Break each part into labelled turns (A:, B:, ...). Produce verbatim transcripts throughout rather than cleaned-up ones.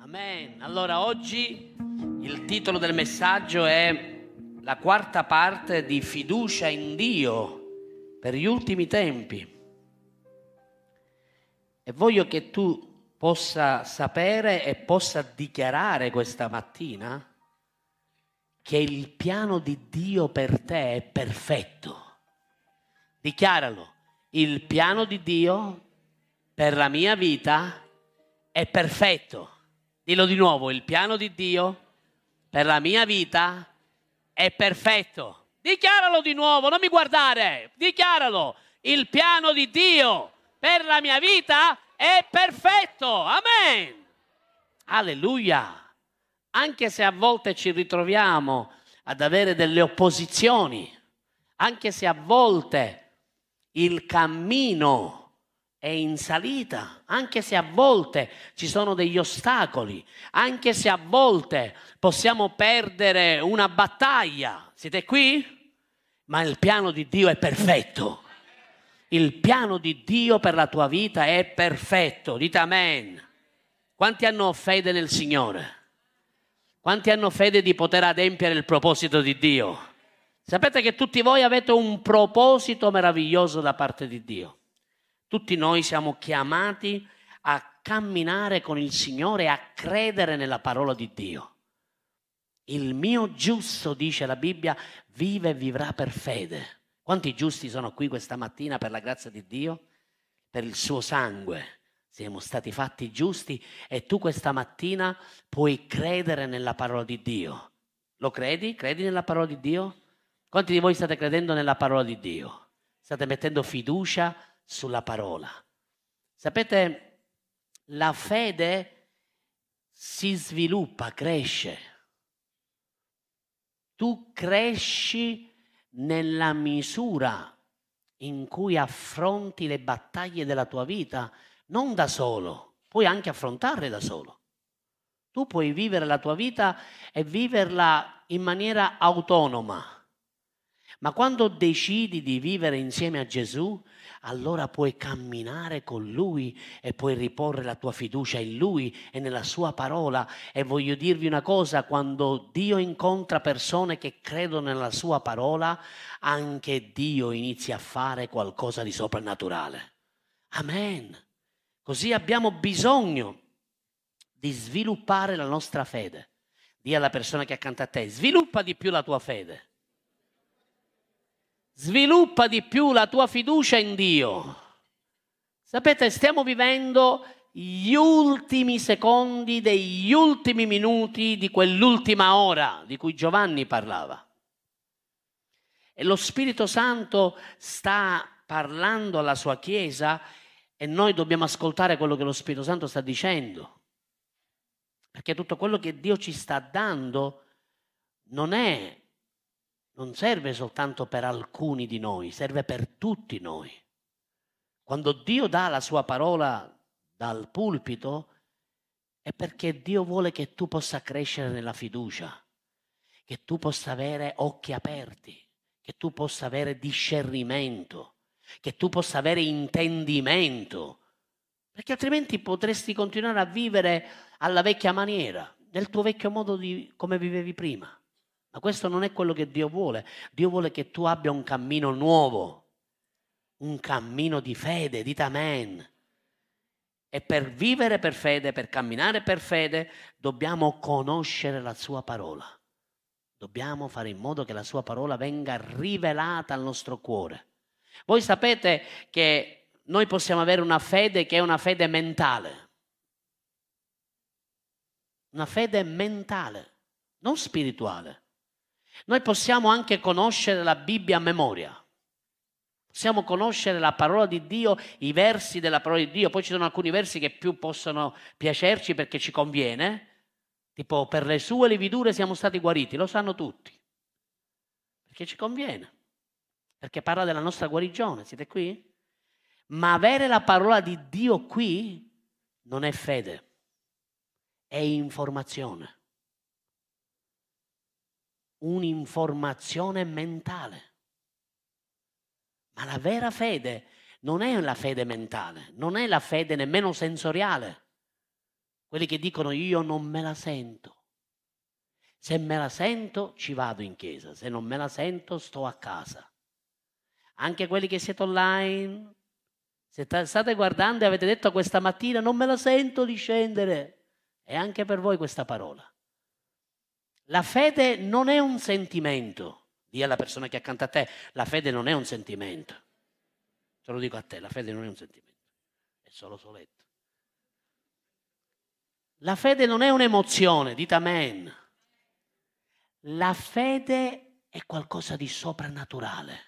A: Amen. Allora oggi il titolo del messaggio è la quarta parte di fiducia in Dio per gli ultimi tempi. E voglio che tu possa sapere e possa dichiarare questa mattina che il piano di Dio per te è perfetto. Dichiaralo. Il piano di Dio per la mia vita è perfetto. Dillo di nuovo, il piano di Dio per la mia vita è perfetto. Dichiaralo di nuovo, non mi guardare, dichiaralo. Il piano di Dio per la mia vita è perfetto. Amen. Alleluia. Anche se a volte ci ritroviamo ad avere delle opposizioni, anche se a volte il cammino è in salita, anche se a volte ci sono degli ostacoli, anche se a volte possiamo perdere una battaglia. Siete qui? Ma il piano di Dio è perfetto. Il piano di Dio per la tua vita è perfetto. Dite amen. Quanti hanno fede nel Signore? Quanti hanno fede di poter adempiere il proposito di Dio? Sapete che tutti voi avete un proposito meraviglioso da parte di Dio. Tutti noi siamo chiamati a camminare con il Signore e a credere nella parola di Dio. Il mio giusto, dice la Bibbia, vive e vivrà per fede. Quanti giusti sono qui questa mattina per la grazia di Dio? Per il suo sangue siamo stati fatti giusti e tu questa mattina puoi credere nella parola di Dio. Lo credi? Credi nella parola di Dio? Quanti di voi state credendo nella parola di Dio? State mettendo fiducia sulla parola. Sapete, la fede si sviluppa, cresce. Tu cresci nella misura in cui affronti le battaglie della tua vita, non da solo, puoi anche affrontarle da solo. Tu puoi vivere la tua vita e viverla in maniera autonoma. Ma quando decidi di vivere insieme a Gesù, allora puoi camminare con Lui e puoi riporre la tua fiducia in Lui e nella Sua parola. E voglio dirvi una cosa, quando Dio incontra persone che credono nella Sua parola, anche Dio inizia a fare qualcosa di soprannaturale. Amen. Così abbiamo bisogno di sviluppare la nostra fede. Dì alla persona che è accanto a te, sviluppa di più la tua fede. Sviluppa di più la tua fiducia in Dio. Sapete, stiamo vivendo gli ultimi secondi degli ultimi minuti di quell'ultima ora di cui Giovanni parlava. E lo Spirito Santo sta parlando alla sua Chiesa e noi dobbiamo ascoltare quello che lo Spirito Santo sta dicendo. Perché tutto quello che Dio ci sta dando non è Non serve soltanto per alcuni di noi, serve per tutti noi. Quando Dio dà la sua parola dal pulpito è perché Dio vuole che tu possa crescere nella fiducia, che tu possa avere occhi aperti, che tu possa avere discernimento, che tu possa avere intendimento, perché altrimenti potresti continuare a vivere alla vecchia maniera, nel tuo vecchio modo di come vivevi prima. Ma questo non è quello che Dio vuole. Dio vuole che tu abbia un cammino nuovo, un cammino di fede, dite amen. E per vivere per fede, per camminare per fede, dobbiamo conoscere la sua parola. Dobbiamo fare in modo che la sua parola venga rivelata al nostro cuore. Voi sapete che noi possiamo avere una fede che è una fede mentale. Una fede mentale, non spirituale. Noi possiamo anche conoscere la Bibbia a memoria, possiamo conoscere la parola di Dio, i versi della parola di Dio, poi ci sono alcuni versi che più possono piacerci perché ci conviene, tipo per le sue lividure siamo stati guariti, lo sanno tutti, perché ci conviene, perché parla della nostra guarigione, siete qui? Ma avere la parola di Dio qui non è fede, è informazione. Un'informazione mentale. Ma la vera fede non è la fede mentale, non è la fede nemmeno sensoriale. quelli che dicono io non me la sento. Se me la sento ci vado in chiesa, se non me la sento sto a casa. Anche quelli che siete online, se state guardando e avete detto questa mattina non me la sento di scendere, è anche per voi questa parola. La fede non è un sentimento, dì alla persona che è accanto a te, la fede non è un sentimento. Te lo dico a te, la fede non è un sentimento, è solo soletto. La fede non è un'emozione, dite amen. La fede è qualcosa di soprannaturale.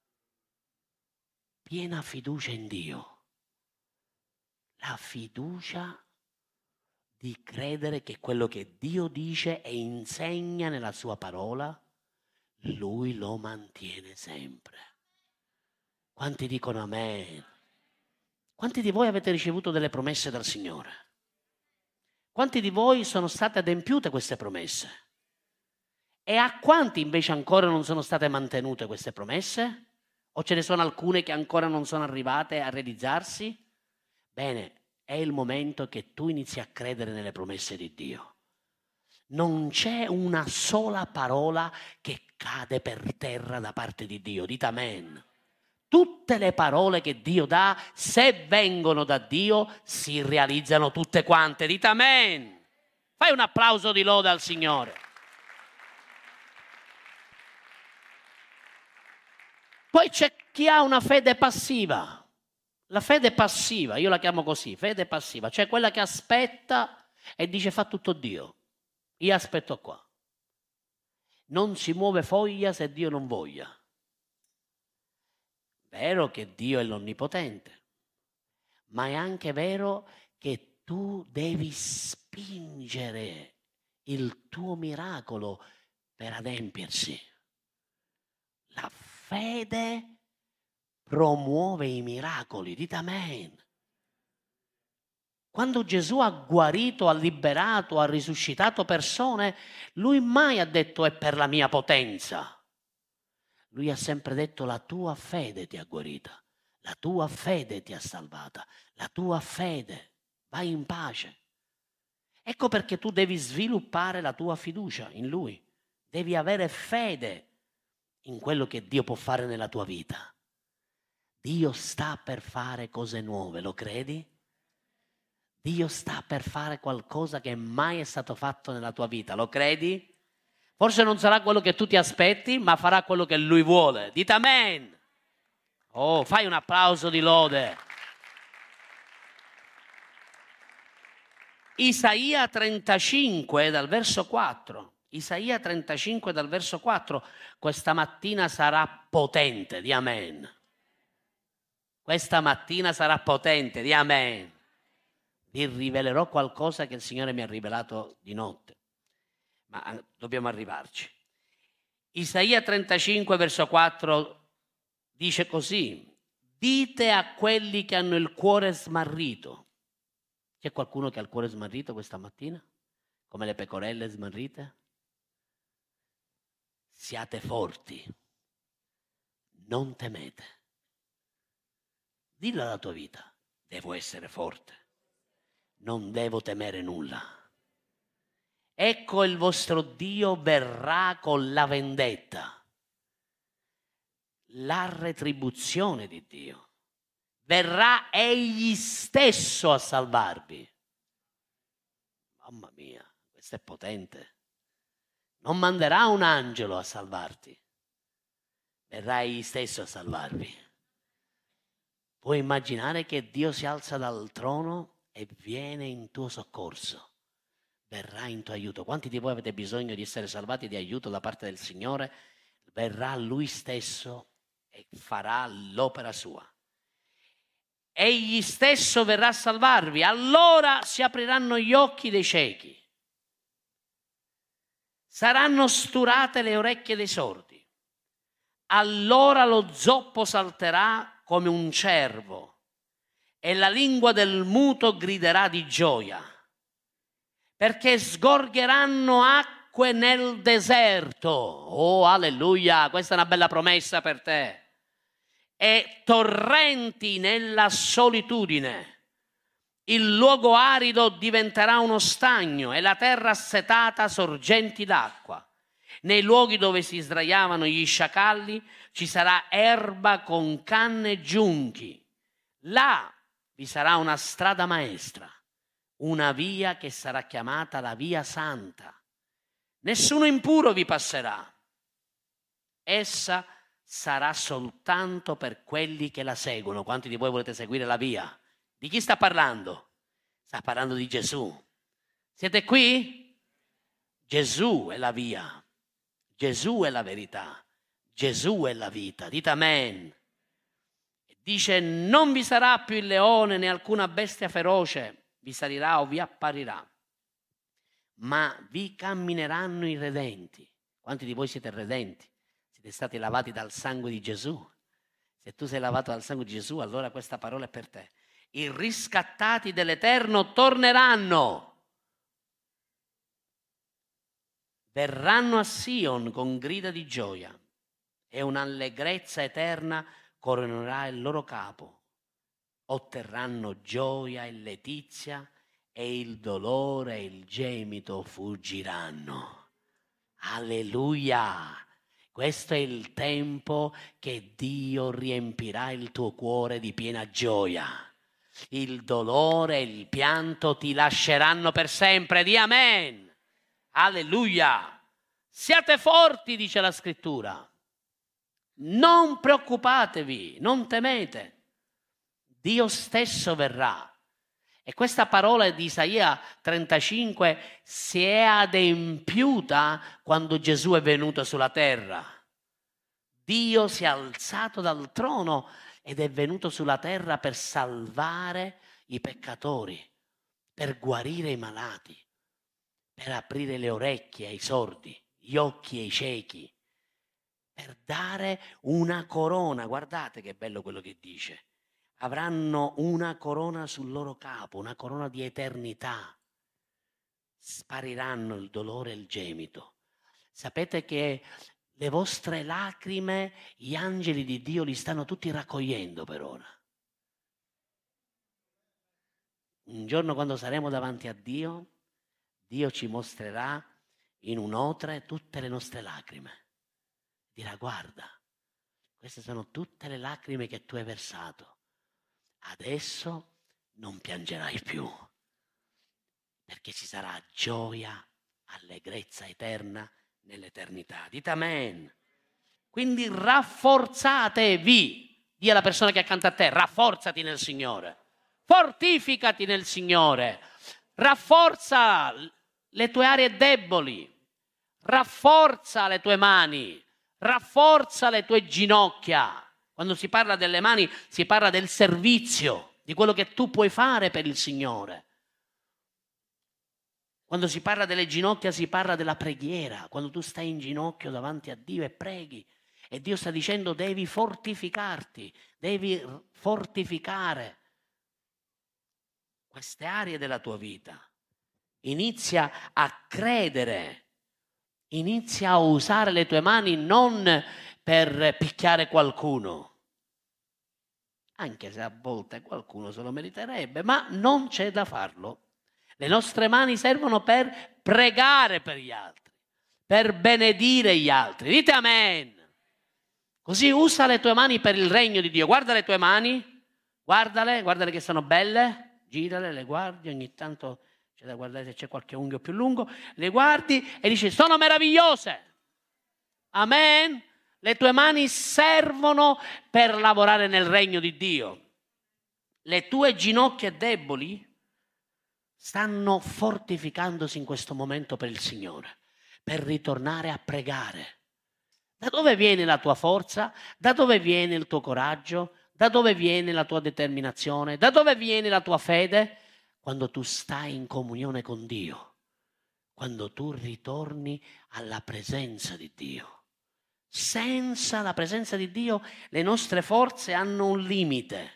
A: Piena fiducia in Dio. La fiducia di credere che quello che Dio dice e insegna nella sua parola, Lui lo mantiene sempre. Quanti dicono amen? Quanti di voi avete ricevuto delle promesse dal Signore? Quanti di voi sono state adempiute queste promesse? E a quanti invece ancora non sono state mantenute queste promesse? O ce ne sono alcune che ancora non sono arrivate a realizzarsi? Bene, è il momento che tu inizi a credere nelle promesse di Dio. Non c'è una sola parola che cade per terra da parte di Dio. Dite amen. Tutte le parole che Dio dà, se vengono da Dio, si realizzano tutte quante. Dite amen. Fai un applauso di lode al Signore. Poi c'è chi ha una fede passiva. La fede passiva, io la chiamo così, fede passiva, cioè quella che aspetta e dice fa tutto Dio. Io aspetto qua. Non si muove foglia se Dio non voglia. Vero che Dio è l'onnipotente, ma è anche vero che tu devi spingere il tuo miracolo per adempiersi. La fede promuove i miracoli, dite amen. Quando Gesù ha guarito, ha liberato, ha risuscitato persone, lui mai ha detto è per la mia potenza. Lui ha sempre detto la tua fede ti ha guarita, la tua fede ti ha salvata, la tua fede, vai in pace. Ecco perché tu devi sviluppare la tua fiducia in Lui, devi avere fede in quello che Dio può fare nella tua vita. Dio sta per fare cose nuove, lo credi? Dio sta per fare qualcosa che mai è stato fatto nella tua vita, lo credi? Forse non sarà quello che tu ti aspetti, ma farà quello che Lui vuole. Dite amen. Oh, fai un applauso di lode. Isaia trentacinque dal verso quattro. Isaia trentacinque dal verso quattro. Questa mattina sarà potente, di amen. Questa mattina sarà potente, di amen. Vi rivelerò qualcosa che il Signore mi ha rivelato di notte. Ma dobbiamo arrivarci. Isaia trentacinque verso quattro dice così: dite a quelli che hanno il cuore smarrito. C'è qualcuno che ha il cuore smarrito questa mattina? Come le pecorelle smarrite? Siate forti, non temete. Dillo alla tua vita: devo essere forte, non devo temere nulla. Ecco il vostro Dio verrà con la vendetta, la retribuzione di Dio. Verrà egli stesso a salvarvi. Mamma mia, questo è potente. Non manderà un angelo a salvarti, verrà egli stesso a salvarvi. Puoi immaginare che Dio si alza dal trono e viene in tuo soccorso. Verrà in tuo aiuto. Quanti di voi avete bisogno di essere salvati di aiuto da parte del Signore? Verrà Lui stesso e farà l'opera sua. Egli stesso verrà a salvarvi. Allora si apriranno gli occhi dei ciechi. Saranno sturate le orecchie dei sordi. Allora lo zoppo salterà come un cervo e la lingua del muto griderà di gioia. Perché sgorgeranno acque nel deserto. Oh, alleluia, questa è una bella promessa per te. E torrenti nella solitudine. Il luogo arido diventerà uno stagno e la terra assetata sorgenti d'acqua. Nei luoghi dove si sdraiavano gli sciacalli ci sarà erba con canne e giunchi. Là vi sarà una strada maestra, una via che sarà chiamata la via santa. Nessuno impuro vi passerà. Essa sarà soltanto per quelli che la seguono. Quanti di voi volete seguire la via? Di chi sta parlando? Sta parlando di Gesù. Siete qui? Gesù è la via. Gesù è la verità. Gesù è la vita. Dite amen. Dice: non vi sarà più il leone né alcuna bestia feroce vi salirà o vi apparirà, ma vi cammineranno i redenti. Quanti di voi siete redenti? Siete stati lavati dal sangue di Gesù? Se tu sei lavato dal sangue di Gesù, allora questa parola è per te. I riscattati dell'Eterno torneranno. Verranno a Sion con grida di gioia e un'allegrezza eterna coronerà il loro capo. Otterranno gioia e letizia e il dolore e il gemito fuggiranno. Alleluia! Questo è il tempo che Dio riempirà il tuo cuore di piena gioia. Il dolore e il pianto ti lasceranno per sempre. Di amen. Alleluia. Siate forti, dice la scrittura. Non preoccupatevi, non temete. Dio stesso verrà. E questa parola di Isaia trentacinque si è adempiuta quando Gesù è venuto sulla terra. Dio si è alzato dal trono ed è venuto sulla terra per salvare i peccatori, per guarire i malati, per aprire le orecchie ai sordi, gli occhi ai ciechi, per dare una corona. Guardate che bello quello che dice. Avranno una corona sul loro capo, una corona di eternità. Spariranno il dolore e il gemito. Sapete che le vostre lacrime, gli angeli di Dio li stanno tutti raccogliendo per ora. Un giorno, quando saremo davanti a Dio, Dio ci mostrerà in un otre tutte le nostre lacrime. Dirà: guarda, queste sono tutte le lacrime che tu hai versato. Adesso non piangerai più, perché ci sarà gioia, allegrezza eterna nell'eternità. Dite amen. Quindi rafforzatevi. Dì alla persona che è accanto a te: rafforzati nel Signore, fortificati nel Signore, rafforza le tue aree deboli, rafforza le tue mani, rafforza le tue ginocchia. Quando si parla delle mani si parla del servizio, di quello che tu puoi fare per il Signore. Quando si parla delle ginocchia si parla della preghiera, quando tu stai in ginocchio davanti a Dio e preghi e Dio sta dicendo: devi fortificarti, devi fortificare queste aree della tua vita. Inizia a credere, inizia a usare le tue mani non per picchiare qualcuno, anche se a volte qualcuno se lo meriterebbe, ma non c'è da farlo. Le nostre mani servono per pregare per gli altri, per benedire gli altri. Dite amen. Così usa le tue mani per il regno di Dio. Guarda le tue mani, guardale, guardale che sono belle, girale, le guardi, ogni tanto c'è da guardare se c'è qualche unghio più lungo, le guardi e dici: sono meravigliose. Amen. Le tue mani servono per lavorare nel regno di Dio. Le tue ginocchia deboli stanno fortificandosi in questo momento per il Signore, per ritornare a pregare. Da dove viene la tua forza? Da dove viene il tuo coraggio? Da dove viene la tua determinazione? Da dove viene la tua fede? Quando tu stai in comunione con Dio, quando tu ritorni alla presenza di Dio. Senza la presenza di Dio le nostre forze hanno un limite.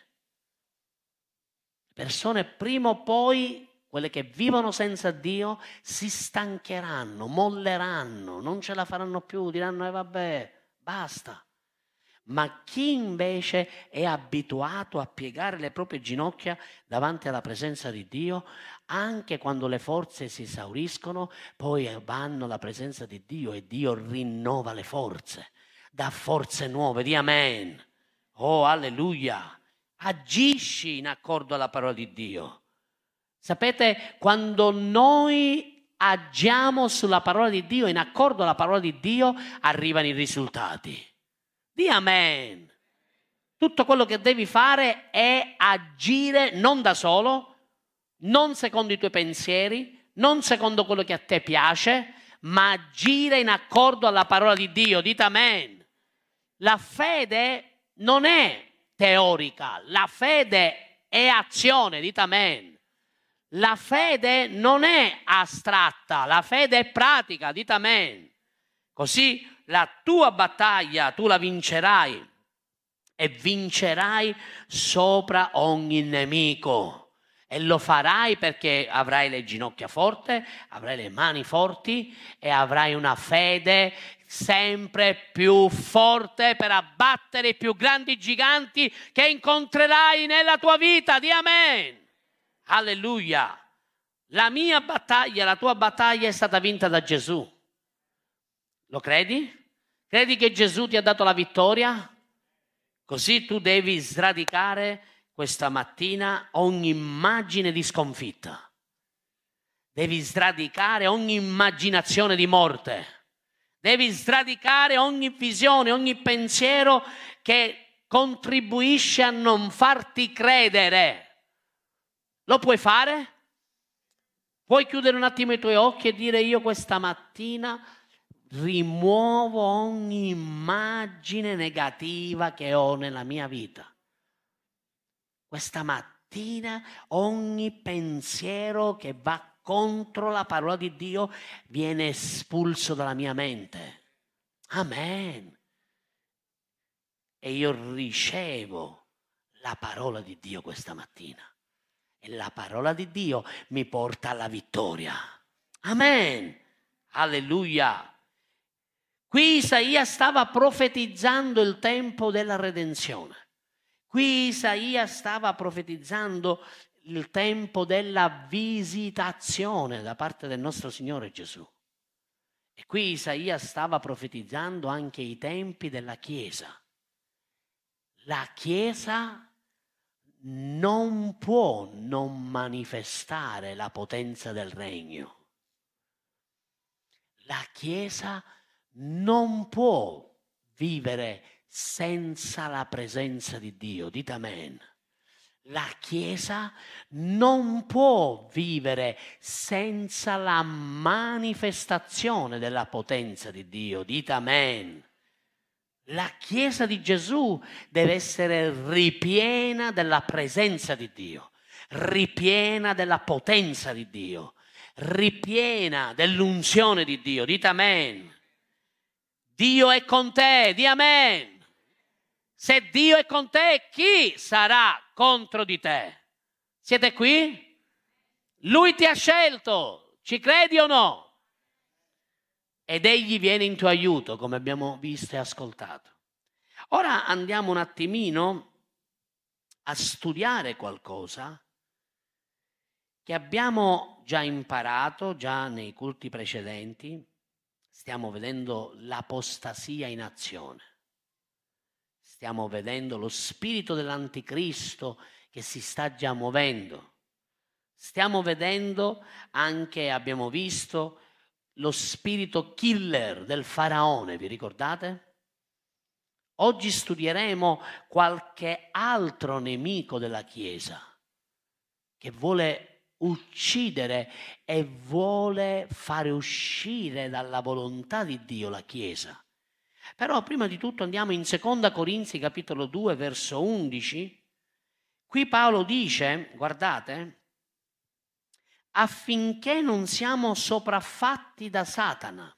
A: Persone prima o poi, quelle che vivono senza Dio, si stancheranno, molleranno, non ce la faranno più, diranno: eh vabbè, basta. Ma chi invece è abituato a piegare le proprie ginocchia davanti alla presenza di Dio, anche quando le forze si esauriscono, poi vanno alla presenza di Dio e Dio rinnova le forze, dà forze nuove. Di amen. Oh, alleluia. Agisci in accordo alla parola di Dio. Sapete, quando noi agiamo sulla parola di Dio, in accordo alla parola di Dio, arrivano i risultati. Di amen. Tutto quello che devi fare è agire non da solo, non secondo i tuoi pensieri, non secondo quello che a te piace, ma agire in accordo alla parola di Dio. Dite amen. La fede non è teorica, la fede è azione. Dite amen. La fede non è astratta, la fede è pratica. Dite amen. Così la tua battaglia tu la vincerai e vincerai sopra ogni nemico. E lo farai perché avrai le ginocchia forti, avrai le mani forti e avrai una fede sempre più forte per abbattere i più grandi giganti che incontrerai nella tua vita. Di amen. Alleluia. La mia battaglia, la tua battaglia è stata vinta da Gesù. Lo credi? Credi che Gesù ti ha dato la vittoria? Così tu devi sradicare questa mattina ogni immagine di sconfitta. Devi sradicare ogni immaginazione di morte. Devi sradicare ogni visione, ogni pensiero che contribuisce a non farti credere. Lo puoi fare? Puoi chiudere un attimo i tuoi occhi e dire: io questa mattina rimuovo ogni immagine negativa che ho nella mia vita. Questa mattina ogni pensiero che va contro la parola di Dio viene espulso dalla mia mente. Amen. E io ricevo la parola di Dio questa mattina. E la parola di Dio mi porta alla vittoria. Amen. Alleluia. Qui Isaia stava profetizzando il tempo della redenzione. Qui Isaia stava profetizzando il tempo della visitazione da parte del nostro Signore Gesù. E qui Isaia stava profetizzando anche i tempi della Chiesa. La Chiesa non può non manifestare la potenza del regno. La Chiesa non può vivere senza la presenza di Dio. Dite amen. La Chiesa non può vivere senza la manifestazione della potenza di Dio. Dite amen. La Chiesa di Gesù deve essere ripiena della presenza di Dio, ripiena della potenza di Dio, ripiena dell'unzione di Dio. Dite amen. Dio è con te, di amen. Se Dio è con te, chi sarà contro di te? Siete qui? Lui ti ha scelto, ci credi o no? Ed egli viene in tuo aiuto, come abbiamo visto e ascoltato. Ora andiamo un attimino a studiare qualcosa che abbiamo già imparato, già nei culti precedenti. Stiamo vedendo l'apostasia in azione. Stiamo vedendo lo spirito dell'anticristo che si sta già muovendo. Stiamo vedendo anche, abbiamo visto, lo spirito killer del faraone, vi ricordate? Oggi studieremo qualche altro nemico della Chiesa che vuole uccidere e vuole fare uscire dalla volontà di Dio la Chiesa. Però prima di tutto andiamo in seconda Corinzi capitolo due verso undici. Qui Paolo dice, guardate, affinché non siamo sopraffatti da Satana.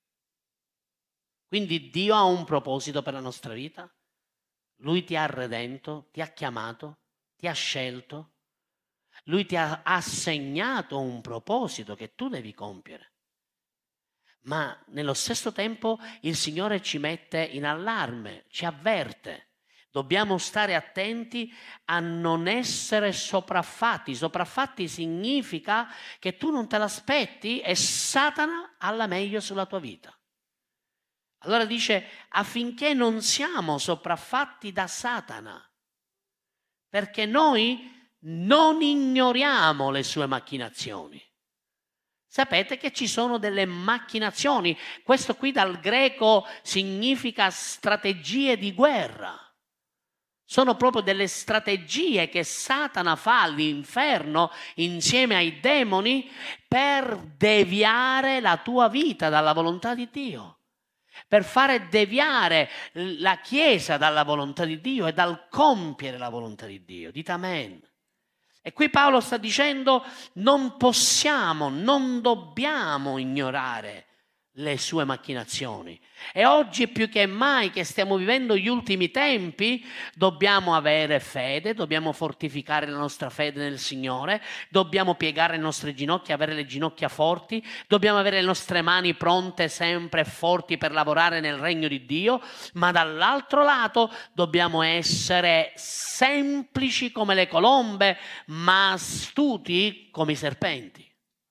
A: Quindi Dio ha un proposito per la nostra vita. Lui ti ha redento, ti ha chiamato, ti ha scelto. Lui ti ha assegnato un proposito che tu devi compiere. ma nello stesso tempo il Signore ci mette in allarme, ci avverte. Dobbiamo stare attenti a non essere sopraffatti. Sopraffatti significa che tu non te l'aspetti e Satana ha la meglio sulla tua vita. Allora dice affinché non siamo sopraffatti da Satana, perché noi non ignoriamo le sue macchinazioni. Sapete che ci sono delle macchinazioni. Questo qui dal greco significa strategie di guerra. Sono proprio delle strategie che Satana fa all'inferno insieme ai demoni per deviare la tua vita dalla volontà di Dio, per fare deviare la Chiesa dalla volontà di Dio e dal compiere la volontà di Dio. Dite amen. E qui Paolo sta dicendo non possiamo, non dobbiamo ignorare le sue macchinazioni. E oggi più che mai che stiamo vivendo gli ultimi tempi, dobbiamo avere fede, dobbiamo fortificare la nostra fede nel Signore, dobbiamo piegare le nostre ginocchia, avere le ginocchia forti, dobbiamo avere le nostre mani pronte sempre forti per lavorare nel regno di Dio, ma dall'altro lato dobbiamo essere semplici come le colombe, ma astuti come i serpenti.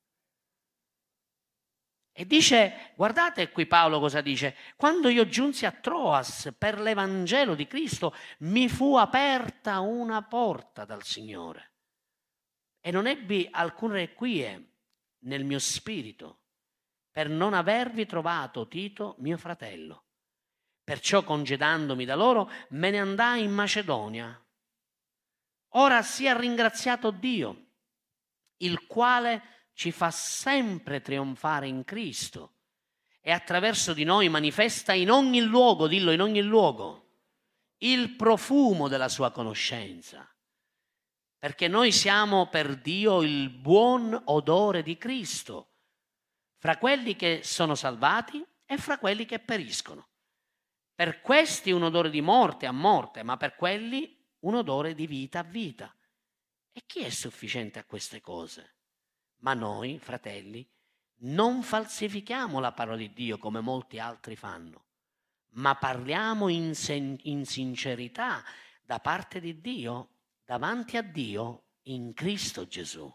A: E dice, guardate qui Paolo cosa dice, quando io giunsi a Troas per l'Evangelo di Cristo mi fu aperta una porta dal Signore e non ebbi alcun requie nel mio spirito per non avervi trovato Tito mio fratello. Perciò congedandomi da loro me ne andai in Macedonia. Ora sia ringraziato Dio, il quale ci fa sempre trionfare in Cristo e attraverso di noi manifesta in ogni luogo, dillo in ogni luogo, il profumo della sua conoscenza. Perché noi siamo per Dio il buon odore di Cristo, fra quelli che sono salvati e fra quelli che periscono. Per questi un odore di morte a morte, ma per quelli un odore di vita a vita. E chi è sufficiente a queste cose? Ma noi, fratelli, non falsifichiamo la parola di Dio come molti altri fanno, ma parliamo in, sen- in sincerità da parte di Dio, davanti a Dio, in Cristo Gesù.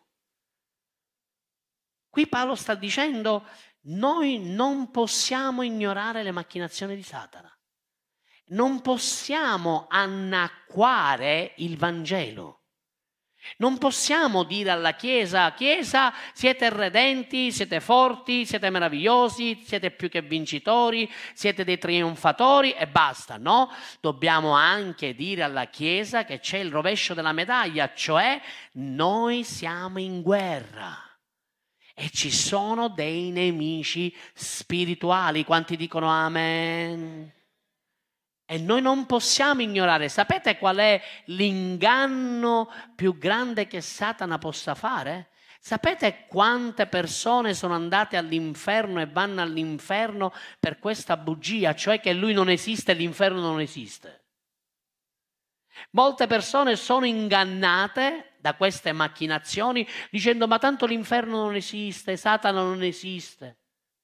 A: Qui Paolo sta dicendo, noi non possiamo ignorare le macchinazioni di Satana, non possiamo annacquare il Vangelo. Non possiamo dire alla Chiesa, Chiesa, siete redenti, siete forti, siete meravigliosi, siete più che vincitori, siete dei trionfatori e basta, no? Dobbiamo anche dire alla Chiesa che c'è il rovescio della medaglia, cioè noi siamo in guerra e ci sono dei nemici spirituali. Quanti dicono amen? E noi non possiamo ignorare. Sapete qual è l'inganno più grande che Satana possa fare? Sapete quante persone sono andate all'inferno e vanno all'inferno per questa bugia, cioè che lui non esiste e l'inferno non esiste? Molte persone sono ingannate da queste macchinazioni dicendo ma tanto l'inferno non esiste, Satana non esiste.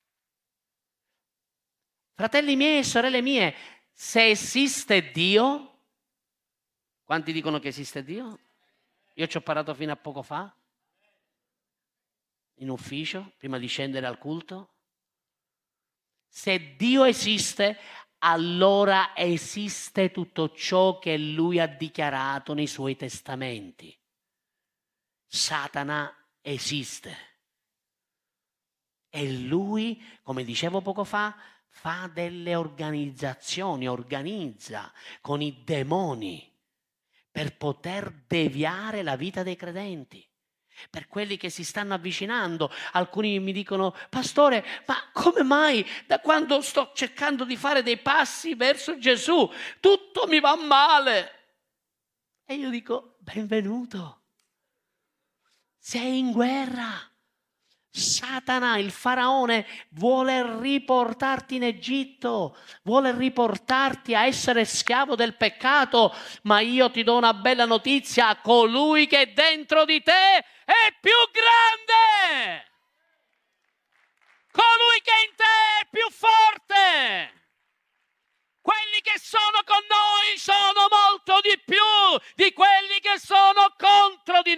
A: Fratelli miei e sorelle mie, se esiste Dio, quanti dicono che esiste Dio? Io ci ho parlato fino a poco fa, in ufficio, prima di scendere al culto. Se Dio esiste, allora esiste tutto ciò che Lui ha dichiarato nei Suoi testamenti. Satana esiste. E Lui, come dicevo poco fa, fa delle organizzazioni, organizza con i demoni per poter deviare la vita dei credenti. Per quelli che si stanno avvicinando, alcuni mi dicono, pastore, ma come mai da quando sto cercando di fare dei passi verso Gesù, tutto mi va male? E io dico, benvenuto, sei in guerra. Satana, il faraone, vuole riportarti in Egitto, vuole riportarti a essere schiavo del peccato, ma io ti do una bella notizia, colui che è dentro di te è più grande, colui che è in te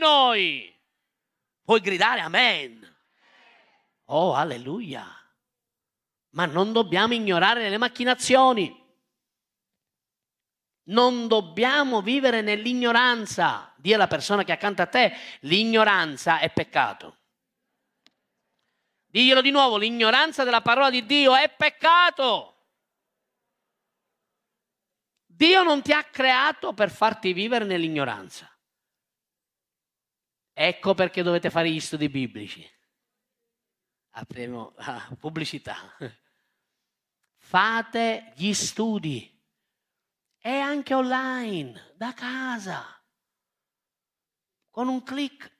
A: noi. Puoi gridare amen. Oh, alleluia. Ma non dobbiamo ignorare le macchinazioni. Non dobbiamo vivere nell'ignoranza. Dì alla persona che è accanto a te, l'ignoranza è peccato. Diglielo di nuovo, l'ignoranza della parola di Dio è peccato. Dio non ti ha creato per farti vivere nell'ignoranza. Ecco perché dovete fare gli studi biblici. Apriamo ah, pubblicità. Fate gli studi. E anche online, da casa. Con un click.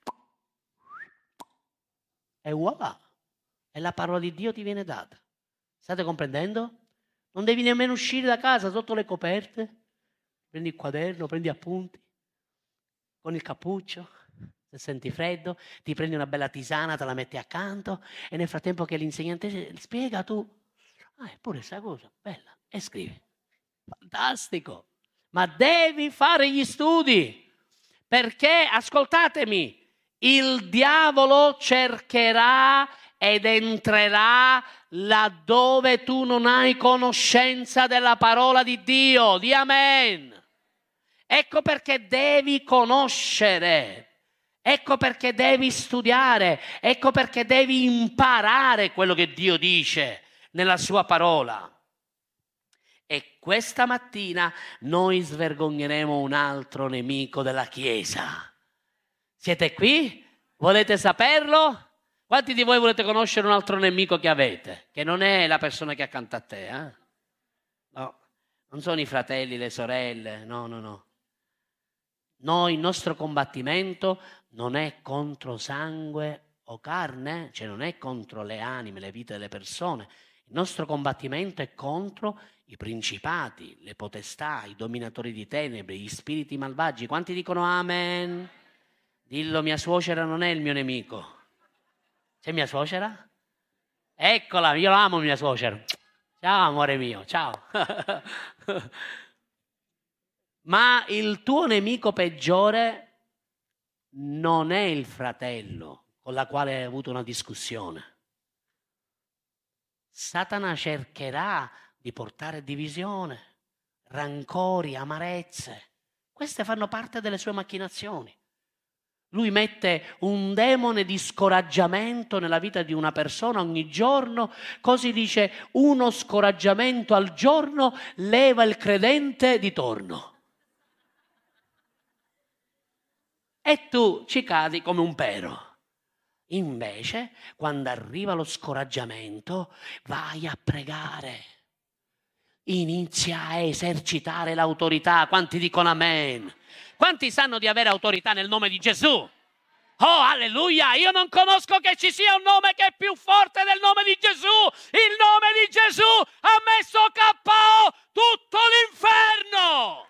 A: E voilà. E la parola di Dio ti viene data. State comprendendo? Non devi nemmeno uscire da casa sotto le coperte. Prendi il quaderno, prendi appunti. Con il cappuccio. Se senti freddo, ti prendi una bella tisana, te la metti accanto. E nel frattempo che l'insegnante spiega, tu... Ah, eppure questa cosa, bella. E scrivi. Fantastico. Ma devi fare gli studi. Perché, ascoltatemi, il diavolo cercherà ed entrerà laddove tu non hai conoscenza della parola di Dio. Di amen. Ecco perché devi conoscere. Ecco perché devi studiare. Ecco perché devi imparare quello che Dio dice nella sua parola. E questa mattina noi svergogneremo un altro nemico della Chiesa. Siete qui? Volete saperlo? Quanti di voi volete conoscere un altro nemico che avete? Che non è la persona che è accanto a te, eh? No, non sono i fratelli, le sorelle, no, no, no. Noi, il nostro combattimento non è contro sangue o carne, cioè non è contro le anime, le vite delle persone. Il nostro combattimento è contro i principati, le potestà, i dominatori di tenebre, gli spiriti malvagi. Quanti dicono amen? Dillo, mia suocera non è il mio nemico. C'è mia suocera? Eccola, io amo mia suocera. Ciao amore mio, ciao. Ma il tuo nemico peggiore non è il fratello con la quale hai avuto una discussione. Satana cercherà di portare divisione, rancori, amarezze. Queste fanno parte delle sue macchinazioni. Lui mette un demone di scoraggiamento nella vita di una persona ogni giorno, così dice uno scoraggiamento al giorno leva il credente di torno. E tu ci cadi come un pero. Invece, quando arriva lo scoraggiamento, vai a pregare. Inizia a esercitare l'autorità. Quanti dicono amen? Quanti sanno di avere autorità nel nome di Gesù? Oh, alleluia! Io non conosco che ci sia un nome che è più forte del nome di Gesù. Il nome di Gesù ha messo K O tutto l'inferno.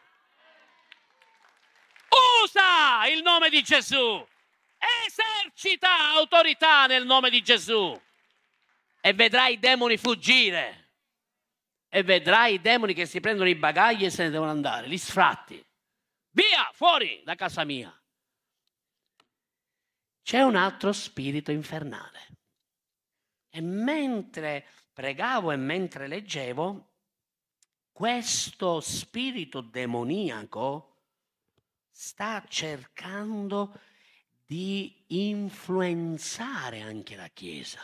A: Usa il nome di Gesù. Esercita autorità nel nome di Gesù. E vedrai i demoni fuggire. E vedrai i demoni che si prendono i bagagli e se ne devono andare, li sfratti. Via, fuori da casa mia. C'è un altro spirito infernale. E mentre pregavo e mentre leggevo, questo spirito demoniaco sta cercando di influenzare anche la Chiesa.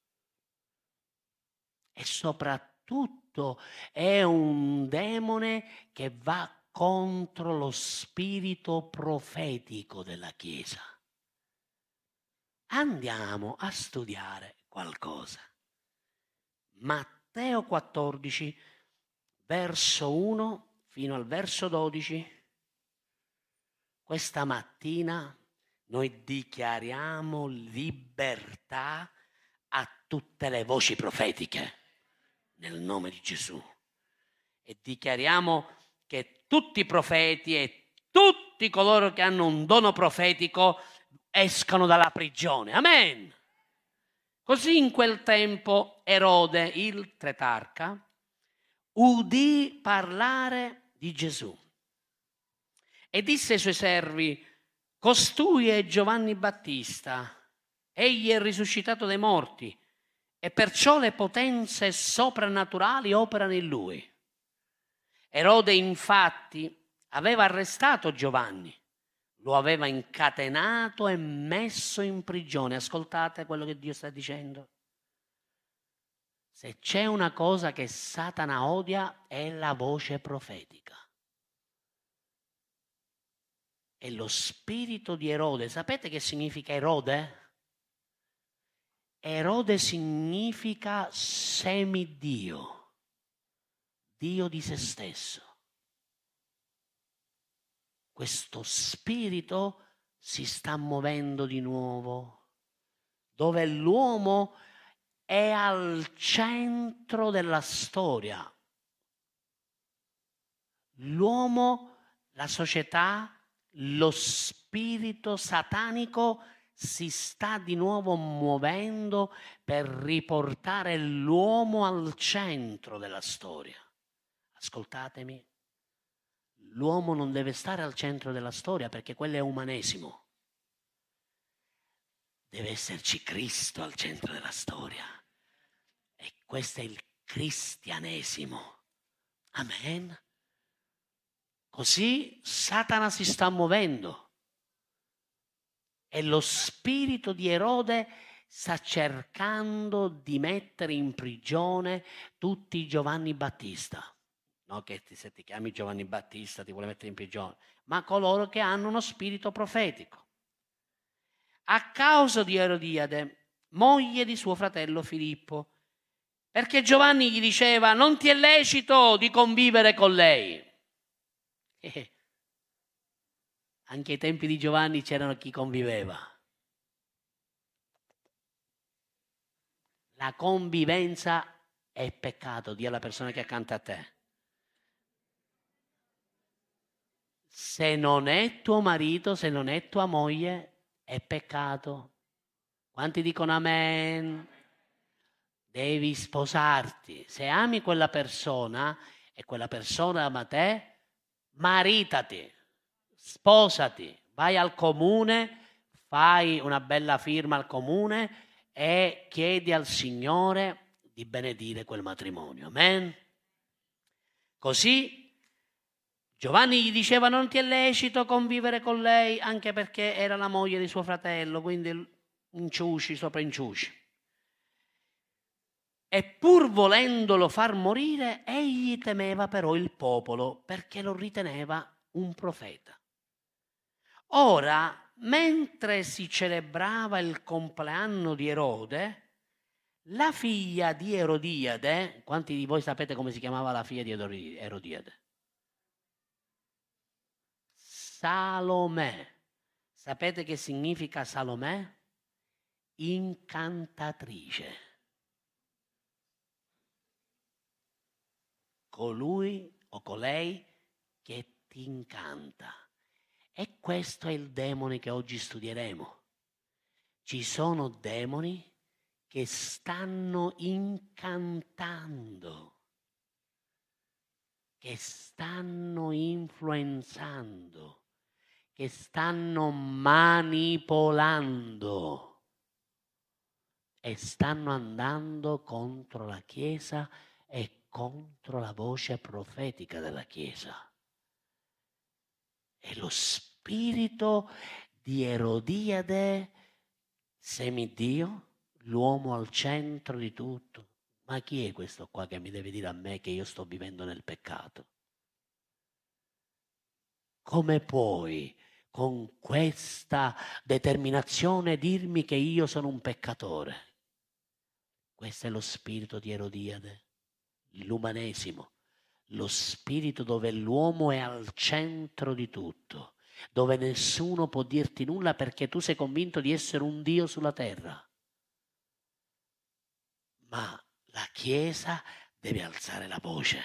A: E soprattutto è un demone che va contro lo spirito profetico della Chiesa. Andiamo a studiare qualcosa. Matteo quattordici, verso uno fino al verso dodici. Questa mattina noi dichiariamo libertà a tutte le voci profetiche nel nome di Gesù. E dichiariamo che tutti i profeti e tutti coloro che hanno un dono profetico escano dalla prigione. Amen. Così in quel tempo Erode, il tetrarca, udì parlare di Gesù e disse ai suoi servi: Costui è Giovanni Battista, egli è risuscitato dai morti e perciò le potenze soprannaturali operano in lui. Erode infatti aveva arrestato Giovanni, lo aveva incatenato e messo in prigione. Ascoltate quello che Dio sta dicendo. Se c'è una cosa che Satana odia è la voce profetica. E lo spirito di Erode, sapete che significa Erode? Erode significa semidio, Dio di se stesso. Questo spirito si sta muovendo di nuovo, dove l'uomo è al centro della storia. L'uomo, la società, lo spirito satanico si sta di nuovo muovendo per riportare l'uomo al centro della storia. Ascoltatemi, l'uomo non deve stare al centro della storia perché quello è umanesimo. Deve esserci Cristo al centro della storia. E questo è il cristianesimo. Amen. Così Satana si sta muovendo e lo spirito di Erode sta cercando di mettere in prigione tutti i Giovanni Battista. No, che ti, se ti chiami Giovanni Battista ti vuole mettere in prigione, ma coloro che hanno uno spirito profetico. A causa di Erodiade, moglie di suo fratello Filippo, perché Giovanni gli diceva: non ti è lecito di convivere con lei. Eh, anche ai tempi di Giovanni c'erano chi conviveva. La convivenza è peccato, di alla persona che è accanto a te. Se non è tuo marito, se non è tua moglie, è peccato. Quanti dicono amen? Devi sposarti. Se ami quella persona e quella persona ama te, maritati, sposati, vai al comune, fai una bella firma al comune e chiedi al Signore di benedire quel matrimonio. Amen? Così Giovanni gli diceva: non ti è lecito convivere con lei, anche perché era la moglie di suo fratello, quindi inciuci sopra inciuci. E pur volendolo far morire, egli temeva però il popolo, perché lo riteneva un profeta. Ora, mentre si celebrava il compleanno di Erode, la figlia di Erodiade, quanti di voi sapete come si chiamava la figlia di Erodiade? Salomè. Sapete che significa Salomè? Incantatrice. Colui o colei che ti incanta. E questo è il demone che oggi studieremo. Ci sono demoni che stanno incantando, che stanno influenzando, che stanno manipolando e stanno andando contro la Chiesa e contro la voce profetica della Chiesa. E lo spirito di Erodiade, semidio, l'uomo al centro di tutto. Ma chi è questo qua che mi deve dire a me che io sto vivendo nel peccato? Come puoi con questa determinazione dirmi che io sono un peccatore? Questo è lo spirito di Erodiade, l'umanesimo, lo spirito dove l'uomo è al centro di tutto, dove nessuno può dirti nulla perché tu sei convinto di essere un Dio sulla terra. Ma la Chiesa deve alzare la voce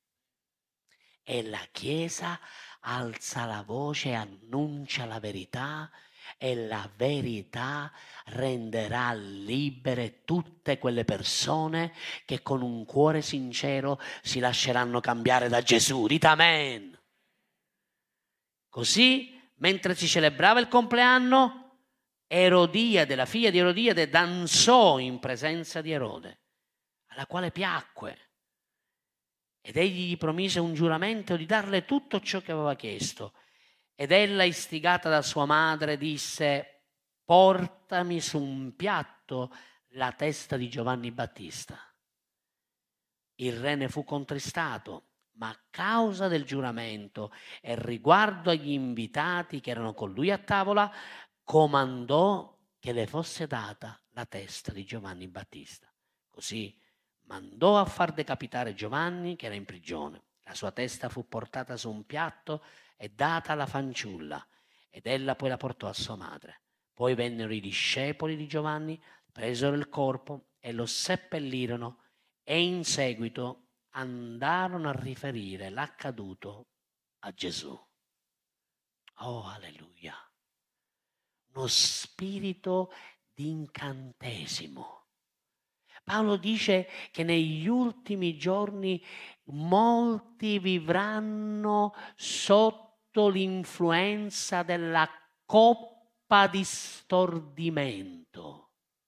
A: e la Chiesa alza la voce e annuncia la verità e la verità renderà libere tutte quelle persone che con un cuore sincero si lasceranno cambiare da Gesù. Dite amen. Così, mentre si celebrava il compleanno, Erodiade, la figlia di Erodiade, danzò in presenza di Erode, alla quale piacque. Ed egli gli promise un giuramento di darle tutto ciò che aveva chiesto. Ed ella, istigata da sua madre, disse: portami su un piatto la testa di Giovanni Battista. Il re ne fu contristato, ma a causa del giuramento e riguardo agli invitati che erano con lui a tavola, comandò che le fosse data la testa di Giovanni Battista. Così mandò a far decapitare Giovanni, che era in prigione. La sua testa fu portata su un piatto e data alla fanciulla, ed ella poi la portò a sua madre. Poi vennero i discepoli di Giovanni, presero il corpo e lo seppellirono, e in seguito andarono a riferire l'accaduto a Gesù. Oh, alleluia! Uno spirito di incantesimo. Paolo dice che negli ultimi giorni molti vivranno sotto l'influenza della coppa di stordimento.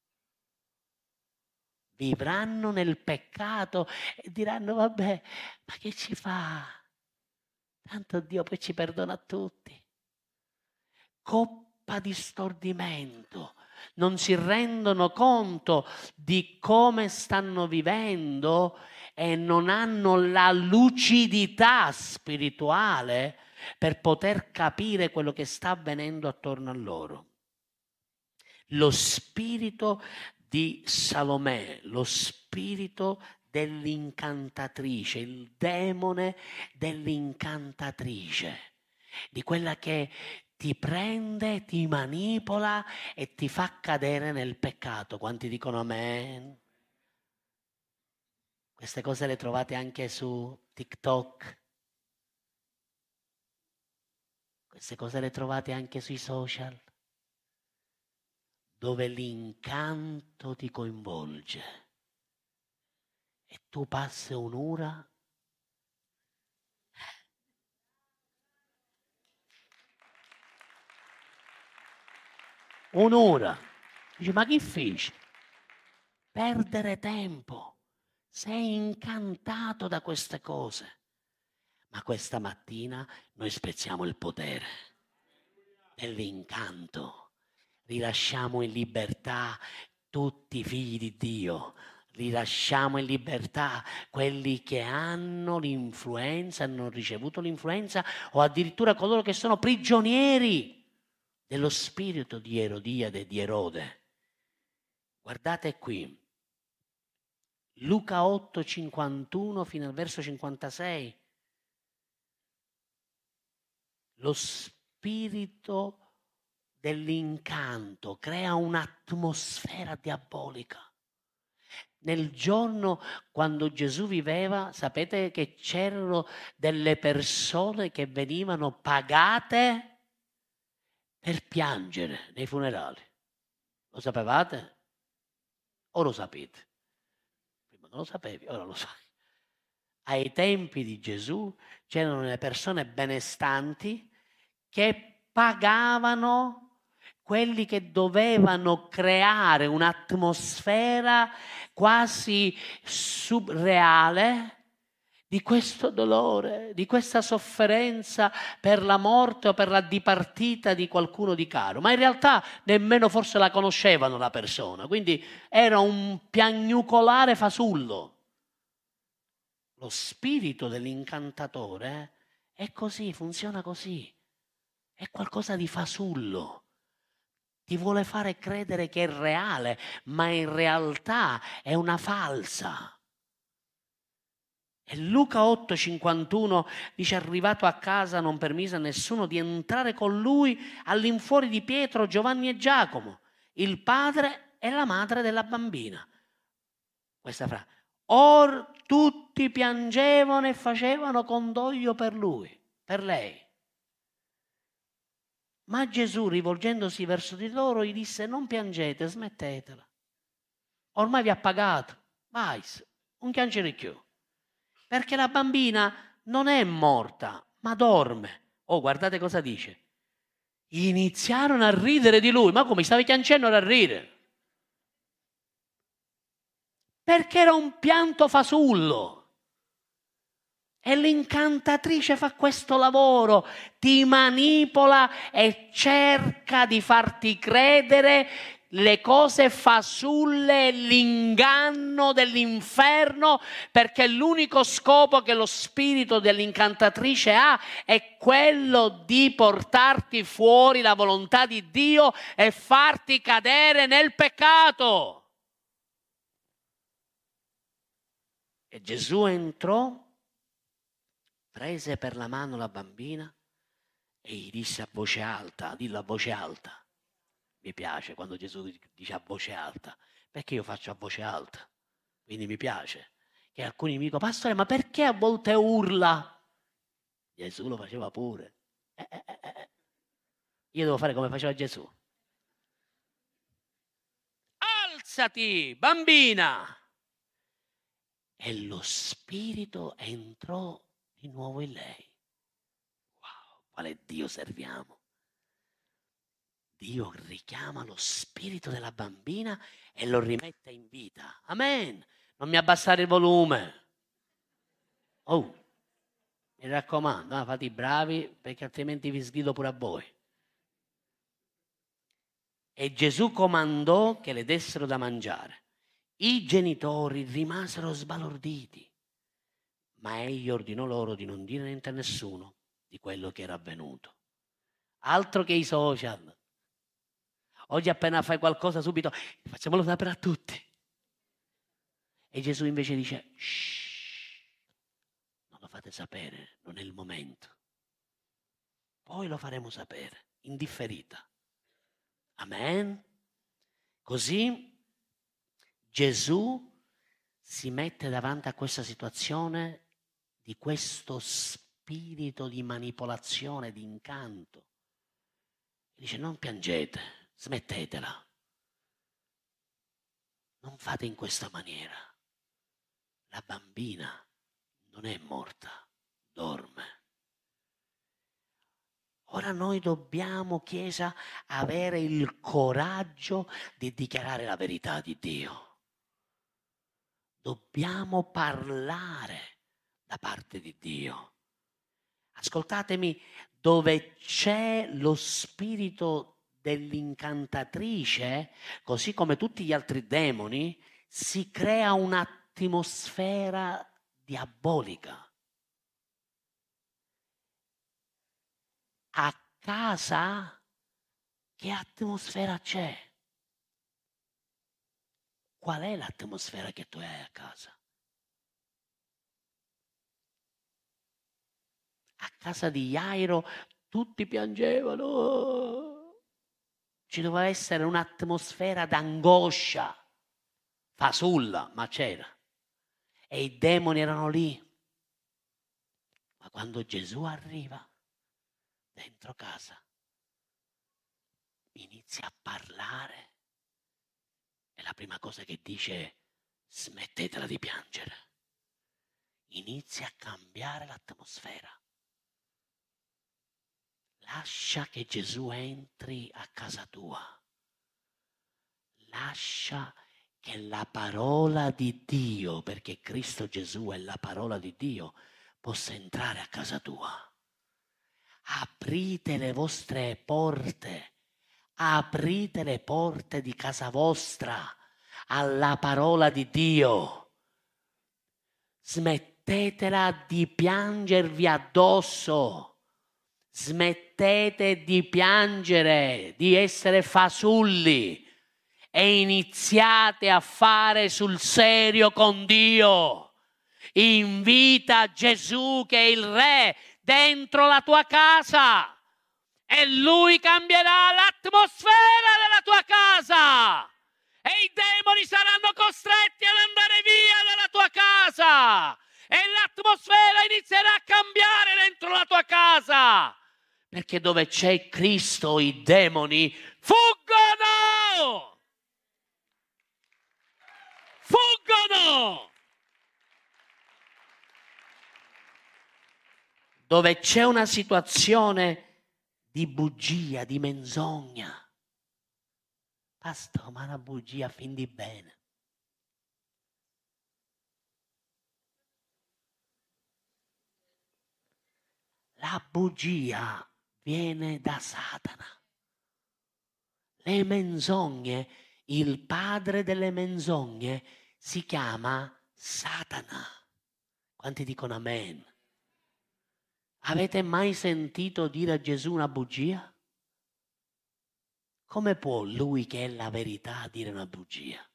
A: Vivranno nel peccato e diranno: vabbè, ma che ci fa? Tanto Dio poi ci perdona a tutti. Coppa di stordimento. Non si rendono conto di come stanno vivendo e non hanno la lucidità spirituale per poter capire quello che sta avvenendo attorno a loro. Lo spirito di Salomè, lo spirito dell'incantatrice, il demone dell'incantatrice, di quella che ti prende, ti manipola e ti fa cadere nel peccato. Quanti dicono amen? Queste cose le trovate anche su TikTok. Queste cose le trovate anche sui social, dove l'incanto ti coinvolge e tu passi un'ora un'ora dici: ma che feci? Perdere tempo. Sei incantato da queste cose. Ma questa mattina noi spezziamo il potere dell'incanto, rilasciamo in libertà tutti i figli di Dio, rilasciamo in libertà quelli che hanno l'influenza, hanno ricevuto l'influenza, o addirittura coloro che sono prigionieri dello spirito di Erodiade e di Erode. Guardate qui, Luca otto, cinquantuno fino al verso cinquantasei. Lo spirito dell'incanto crea un'atmosfera diabolica. Nel giorno quando Gesù viveva, sapete che c'erano delle persone che venivano pagate per piangere nei funerali. Lo sapevate? O lo sapete? Prima non lo sapevi, ora lo sai. Ai tempi di Gesù c'erano le persone benestanti che pagavano quelli che dovevano creare un'atmosfera quasi surreale di questo dolore, di questa sofferenza per la morte o per la dipartita di qualcuno di caro. Ma in realtà nemmeno forse la conoscevano la persona, quindi era un piagnucolare fasullo. Lo spirito dell'incantatore è così, funziona così. È qualcosa di fasullo. Ti vuole fare credere che è reale, ma in realtà è una falsa. E Luca otto, cinquantuno dice: arrivato a casa non permise a nessuno di entrare con lui all'infuori di Pietro, Giovanni e Giacomo, il padre e la madre della bambina. Questa frase. Or tutti piangevano e facevano condoglio per lui, per lei. Ma Gesù, rivolgendosi verso di loro, gli disse: non piangete, smettetela. Ormai vi ha pagato, vai, non piangere più. Perché la bambina non è morta, ma dorme. Oh, guardate cosa dice. iniziarono a ridere di lui. Ma come, stavi piangendo a ridere? Perché era un pianto fasullo. E l'incantatrice fa questo lavoro, ti manipola e cerca di farti credere le cose fasulle, l'inganno dell'inferno, perché l'unico scopo che lo spirito dell'incantatrice ha è quello di portarti fuori la volontà di Dio e farti cadere nel peccato. E Gesù entrò, prese per la mano la bambina e gli disse a voce alta, dillo a voce alta. Mi piace quando Gesù dice a voce alta, perché io faccio a voce alta, quindi mi piace. Che alcuni mi dicono, pastore, ma perché a volte urla? Gesù lo faceva pure. Eh, eh, eh. Io devo fare come faceva Gesù. Alzati, bambina! E lo spirito entrò di nuovo in lei. Wow, quale Dio serviamo? Dio richiama lo spirito della bambina e lo rimette in vita. Amen. Non mi abbassare il volume. Oh, mi raccomando, eh, fate i bravi perché altrimenti vi sgrido pure a voi. E Gesù comandò che le dessero da mangiare. I genitori rimasero sbalorditi, ma egli ordinò loro di non dire niente a nessuno di quello che era avvenuto. Altro che i social. Oggi appena fai qualcosa subito, facciamolo sapere a tutti. E Gesù invece dice, shh, non lo fate sapere, non è il momento. Poi lo faremo sapere, in differita. Amen. Così Gesù si mette davanti a questa situazione di questo spirito di manipolazione, di incanto. Dice, non piangete, smettetela. Non fate in questa maniera. La bambina non è morta, dorme. Ora noi dobbiamo, Chiesa, avere il coraggio di dichiarare la verità di Dio. Dobbiamo parlare da parte di Dio. Ascoltatemi, dove c'è lo spirito dell'incantatrice, così come tutti gli altri demoni, si crea un'atmosfera diabolica. A casa, che atmosfera c'è? Qual è l'atmosfera che tu hai a casa? A casa di Jairo tutti piangevano. Ci doveva essere un'atmosfera d'angoscia, fasulla, ma c'era. E i demoni erano lì. Ma quando Gesù arriva dentro casa, inizia a parlare e la prima cosa che dice è smettetela di piangere. Inizia a cambiare l'atmosfera. Lascia che Gesù entri a casa tua. Lascia che la parola di Dio, perché Cristo Gesù è la parola di Dio, possa entrare a casa tua. Aprite le vostre porte. Aprite le porte di casa vostra alla parola di Dio. Smettetela di piangervi addosso. Smettete di piangere, di essere fasulli e iniziate a fare sul serio con Dio. Invita Gesù, che è il Re, dentro la tua casa e Lui cambierà l'atmosfera della tua casa e i demoni saranno costretti ad andare via dalla tua casa e l'atmosfera inizierà a cambiare dentro la tua casa. Perché dove c'è Cristo i demoni fuggono! Fuggono! Dove c'è una situazione di bugia, di menzogna. Pastore, ma una bugia fin di bene. La bugia viene da Satana. Le menzogne, il padre delle menzogne si chiama Satana. Quanti dicono amen? Avete mai sentito dire a Gesù una bugia? Come può lui che è la verità dire una bugia?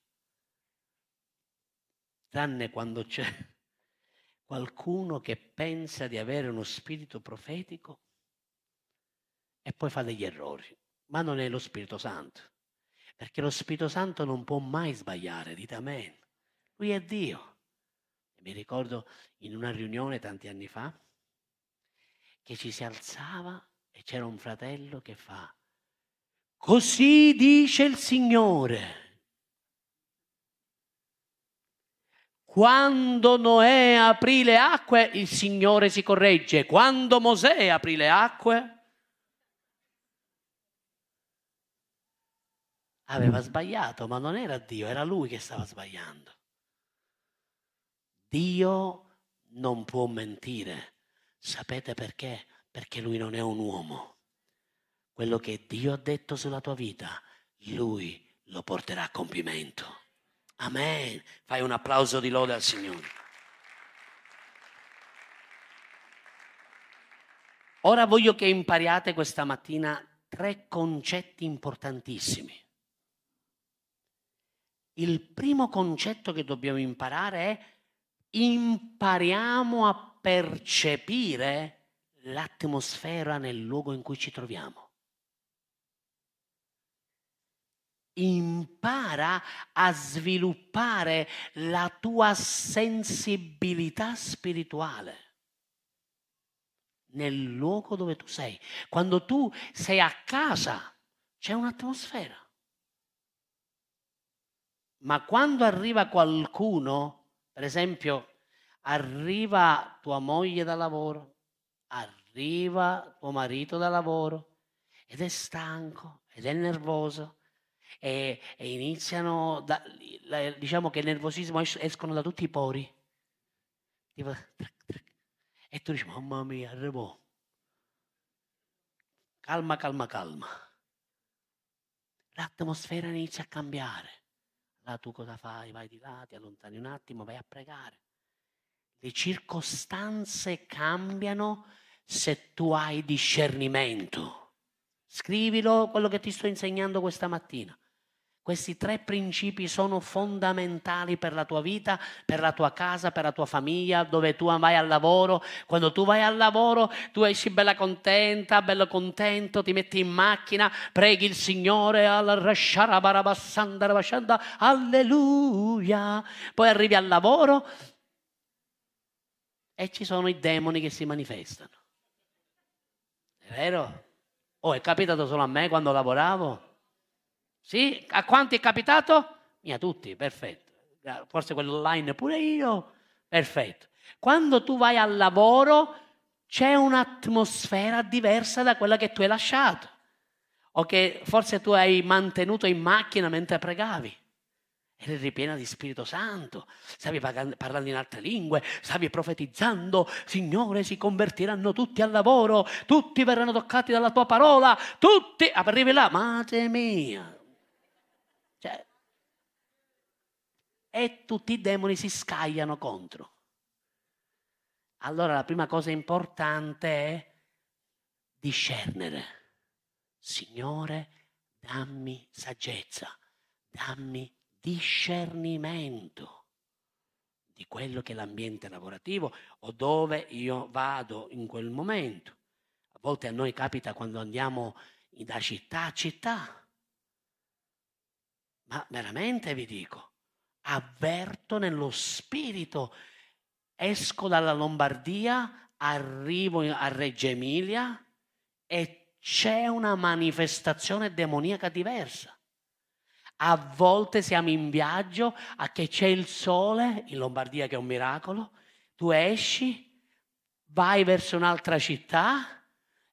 A: Tranne quando c'è qualcuno che pensa di avere uno spirito profetico e poi fa degli errori. Ma non è lo Spirito Santo, perché lo Spirito Santo non può mai sbagliare, dite amen. Lui è Dio. Mi ricordo in una riunione tanti anni fa che ci si alzava e c'era un fratello che fa: così dice il Signore. Quando Noè aprì le acque, il Signore si corregge. Quando Mosè aprì le acque, aveva sbagliato, ma non era Dio, era lui che stava sbagliando. Dio non può mentire. Sapete perché? Perché lui non è un uomo. Quello che Dio ha detto sulla tua vita, lui lo porterà a compimento. Amen. Fai un applauso di lode al Signore. Ora voglio che impariate questa mattina tre concetti importantissimi. Il primo concetto che dobbiamo imparare è: impariamo a percepire l'atmosfera nel luogo in cui ci troviamo. Impara a sviluppare la tua sensibilità spirituale nel luogo dove tu sei. Quando tu sei a casa c'è un'atmosfera. Ma quando arriva qualcuno, per esempio, arriva tua moglie da lavoro, arriva tuo marito da lavoro ed è stanco ed è nervoso e, e iniziano, da, diciamo che il nervosismo es- escono da tutti i pori. Tipo, e tu dici: mamma mia, arrivò. Calma, calma, calma. L'atmosfera inizia a cambiare. Allora tu cosa fai? Vai di là, ti allontani un attimo, vai a pregare. Le circostanze cambiano se tu hai discernimento. Scrivilo, quello che ti sto insegnando questa mattina. Questi tre principi sono fondamentali per la tua vita, per la tua casa, per la tua famiglia, dove tu vai al lavoro. Quando tu vai al lavoro, tu esci bella contenta, bello contento, ti metti in macchina, preghi il Signore, alleluia. Poi arrivi al lavoro e ci sono i demoni che si manifestano. È vero? Oh, è capitato solo a me quando lavoravo? Sì? A quanti è capitato? Mia, tutti, perfetto. Forse quello online pure io, perfetto. Quando tu vai al lavoro c'è un'atmosfera diversa da quella che tu hai lasciato, o che forse tu hai mantenuto in macchina mentre pregavi. Eri ripiena di Spirito Santo, stavi parlando in altre lingue, stavi profetizzando: Signore, si convertiranno tutti al lavoro, tutti verranno toccati dalla tua parola, tutti. Arrivi là, madre mia. Cioè, e tutti i demoni si scagliano contro. Allora la prima cosa importante è discernere. Signore, dammi saggezza, dammi discernimento di quello che è l'ambiente lavorativo o dove io vado in quel momento. A volte a noi capita quando andiamo da città a città. Ma veramente vi dico, avverto nello spirito, esco dalla Lombardia, arrivo a Reggio Emilia e c'è una manifestazione demoniaca diversa. A volte siamo in viaggio, a che c'è il sole, in Lombardia che è un miracolo, tu esci, vai verso un'altra città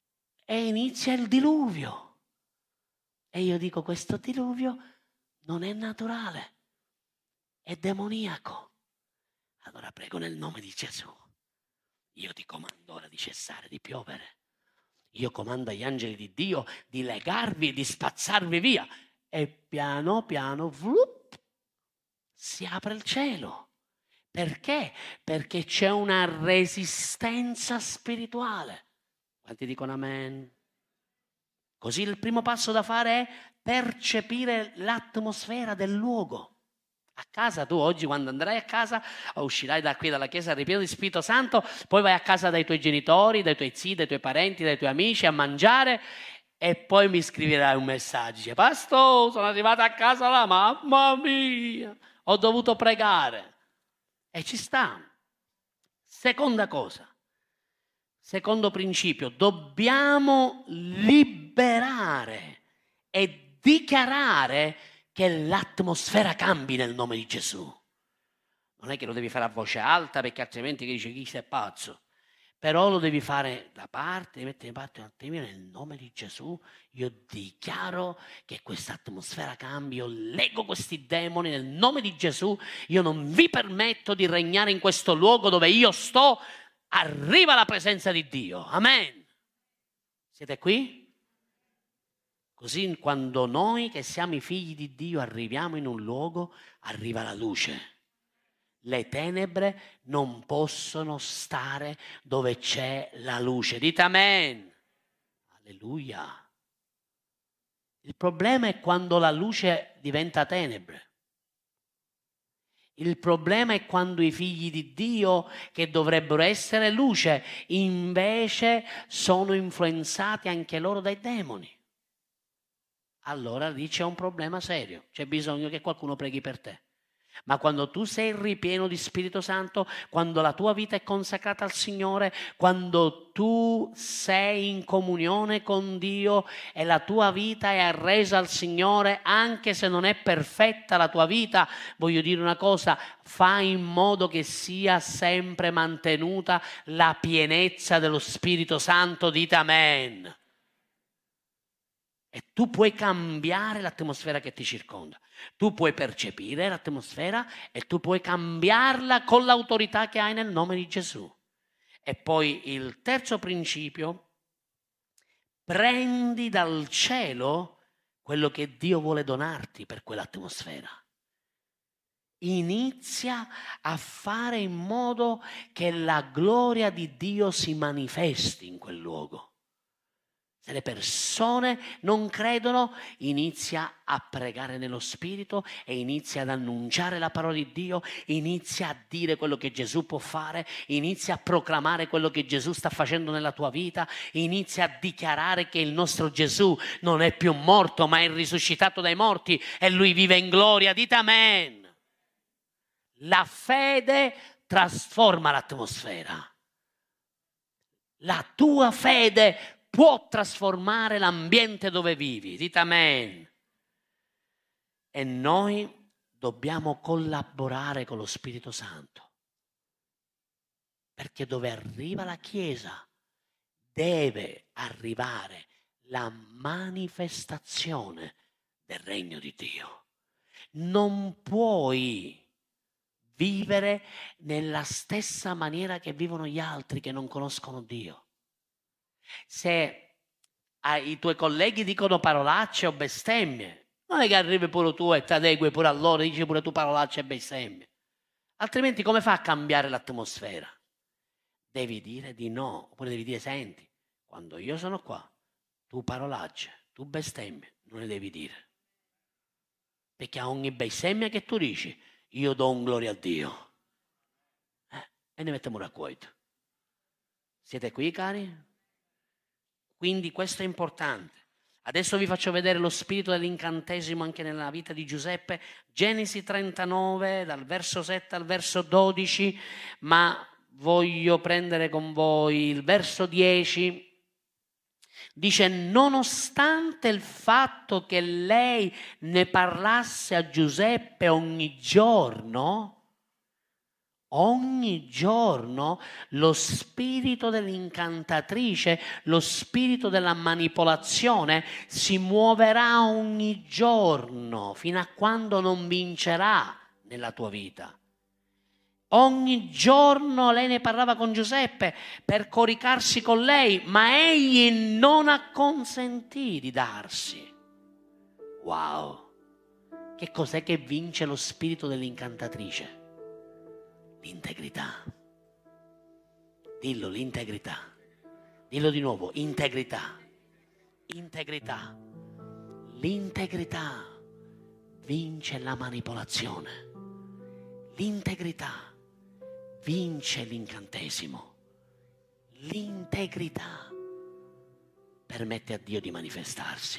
A: e inizia il diluvio. E io dico, questo diluvio non è naturale, è demoniaco. Allora prego nel nome di Gesù, io ti comando ora di cessare di piovere. Io comando agli angeli di Dio di legarvi e di spazzarvi via. E piano piano vlup, si apre il cielo. Perché? Perché c'è una resistenza spirituale. Quanti dicono amen? Così il primo passo da fare è percepire l'atmosfera del luogo. A casa tu oggi quando andrai a casa o uscirai da qui dalla chiesa ripieno di Spirito Santo, poi vai a casa dai tuoi genitori, dai tuoi zii, dai tuoi parenti, dai tuoi amici a mangiare e poi mi scriverai un messaggio. Dice, Pastore, sono arrivata a casa là, mamma mia, ho dovuto pregare. E ci sta. Seconda cosa, secondo principio, dobbiamo liberare e dichiarare che l'atmosfera cambi nel nome di Gesù. Non è che lo devi fare a voce alta perché altrimenti dice chi sei pazzo. Però lo devi fare da parte, devi mettere in parte un attimino nel nome di Gesù. Io dichiaro che questa atmosfera cambi, io leggo questi demoni nel nome di Gesù. Io non vi permetto di regnare in questo luogo dove io sto. Arriva la presenza di Dio. Amen. Siete qui? Così quando noi che siamo i figli di Dio arriviamo in un luogo, arriva la luce. Le tenebre non possono stare dove c'è la luce. Dite amen. Alleluia. Il problema è quando la luce diventa tenebre. Il problema è quando i figli di Dio, che dovrebbero essere luce, invece sono influenzati anche loro dai demoni. Allora lì c'è un problema serio, c'è bisogno che qualcuno preghi per te. Ma quando tu sei ripieno di Spirito Santo, quando la tua vita è consacrata al Signore, quando tu sei in comunione con Dio e la tua vita è arresa al Signore, anche se non è perfetta la tua vita, voglio dire una cosa, fai in modo che sia sempre mantenuta la pienezza dello Spirito Santo, dite amen. E tu puoi cambiare l'atmosfera che ti circonda. Tu puoi percepire l'atmosfera e tu puoi cambiarla con l'autorità che hai nel nome di Gesù. E poi il terzo principio, prendi dal cielo quello che Dio vuole donarti per quell'atmosfera. Inizia a fare in modo che la gloria di Dio si manifesti in quel luogo. Se le persone non credono, inizia a pregare nello Spirito e inizia ad annunciare la parola di Dio, inizia a dire quello che Gesù può fare, inizia a proclamare quello che Gesù sta facendo nella tua vita, inizia a dichiarare che il nostro Gesù non è più morto ma è risuscitato dai morti e Lui vive in gloria. Dite amen. La fede trasforma l'atmosfera. La tua fede può trasformare l'ambiente dove vivi. Dite amen. E noi dobbiamo collaborare con lo Spirito Santo. Perché dove arriva la Chiesa deve arrivare la manifestazione del regno di Dio. Non puoi vivere nella stessa maniera che vivono gli altri che non conoscono Dio. Se i tuoi colleghi dicono parolacce o bestemmie, non è che arrivi pure tu e ti adegui pure a loro, dici pure tu parolacce e bestemmie. Altrimenti come fa a cambiare l'atmosfera? Devi dire di no, oppure devi dire, senti, quando io sono qua, tu parolacce, tu bestemmie, non le devi dire. Perché a ogni bestemmia che tu dici, io do un gloria a Dio. Eh, e ne mettiamo un racconto. Siete qui, cari? Quindi questo è importante. Adesso vi faccio vedere lo spirito dell'incantesimo anche nella vita di Giuseppe. Genesi trentanove, dal verso sette al verso dodici, ma voglio prendere con voi il verso dieci. Dice, nonostante il fatto che lei ne parlasse a Giuseppe ogni giorno, Ogni giorno lo spirito dell'incantatrice, lo spirito della manipolazione si muoverà ogni giorno fino a quando non vincerà nella tua vita. Ogni giorno lei ne parlava con Giuseppe per coricarsi con lei, ma egli non acconsentì di darsi. Wow! Che cos'è che vince lo spirito dell'incantatrice? L'integrità. Dillo, l'integrità. Dillo di nuovo, integrità. Integrità. L'integrità vince la manipolazione. L'integrità vince l'incantesimo. L'integrità permette a Dio di manifestarsi.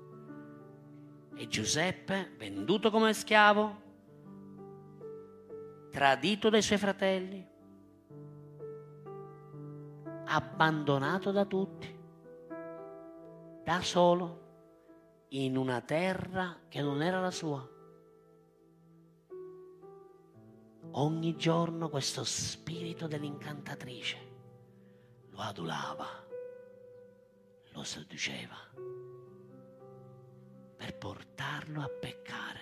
A: E Giuseppe, venduto come schiavo, tradito dai suoi fratelli, abbandonato da tutti, da solo, in una terra che non era la sua. Ogni giorno questo spirito dell'incantatrice lo adulava, lo seduceva per portarlo a peccare.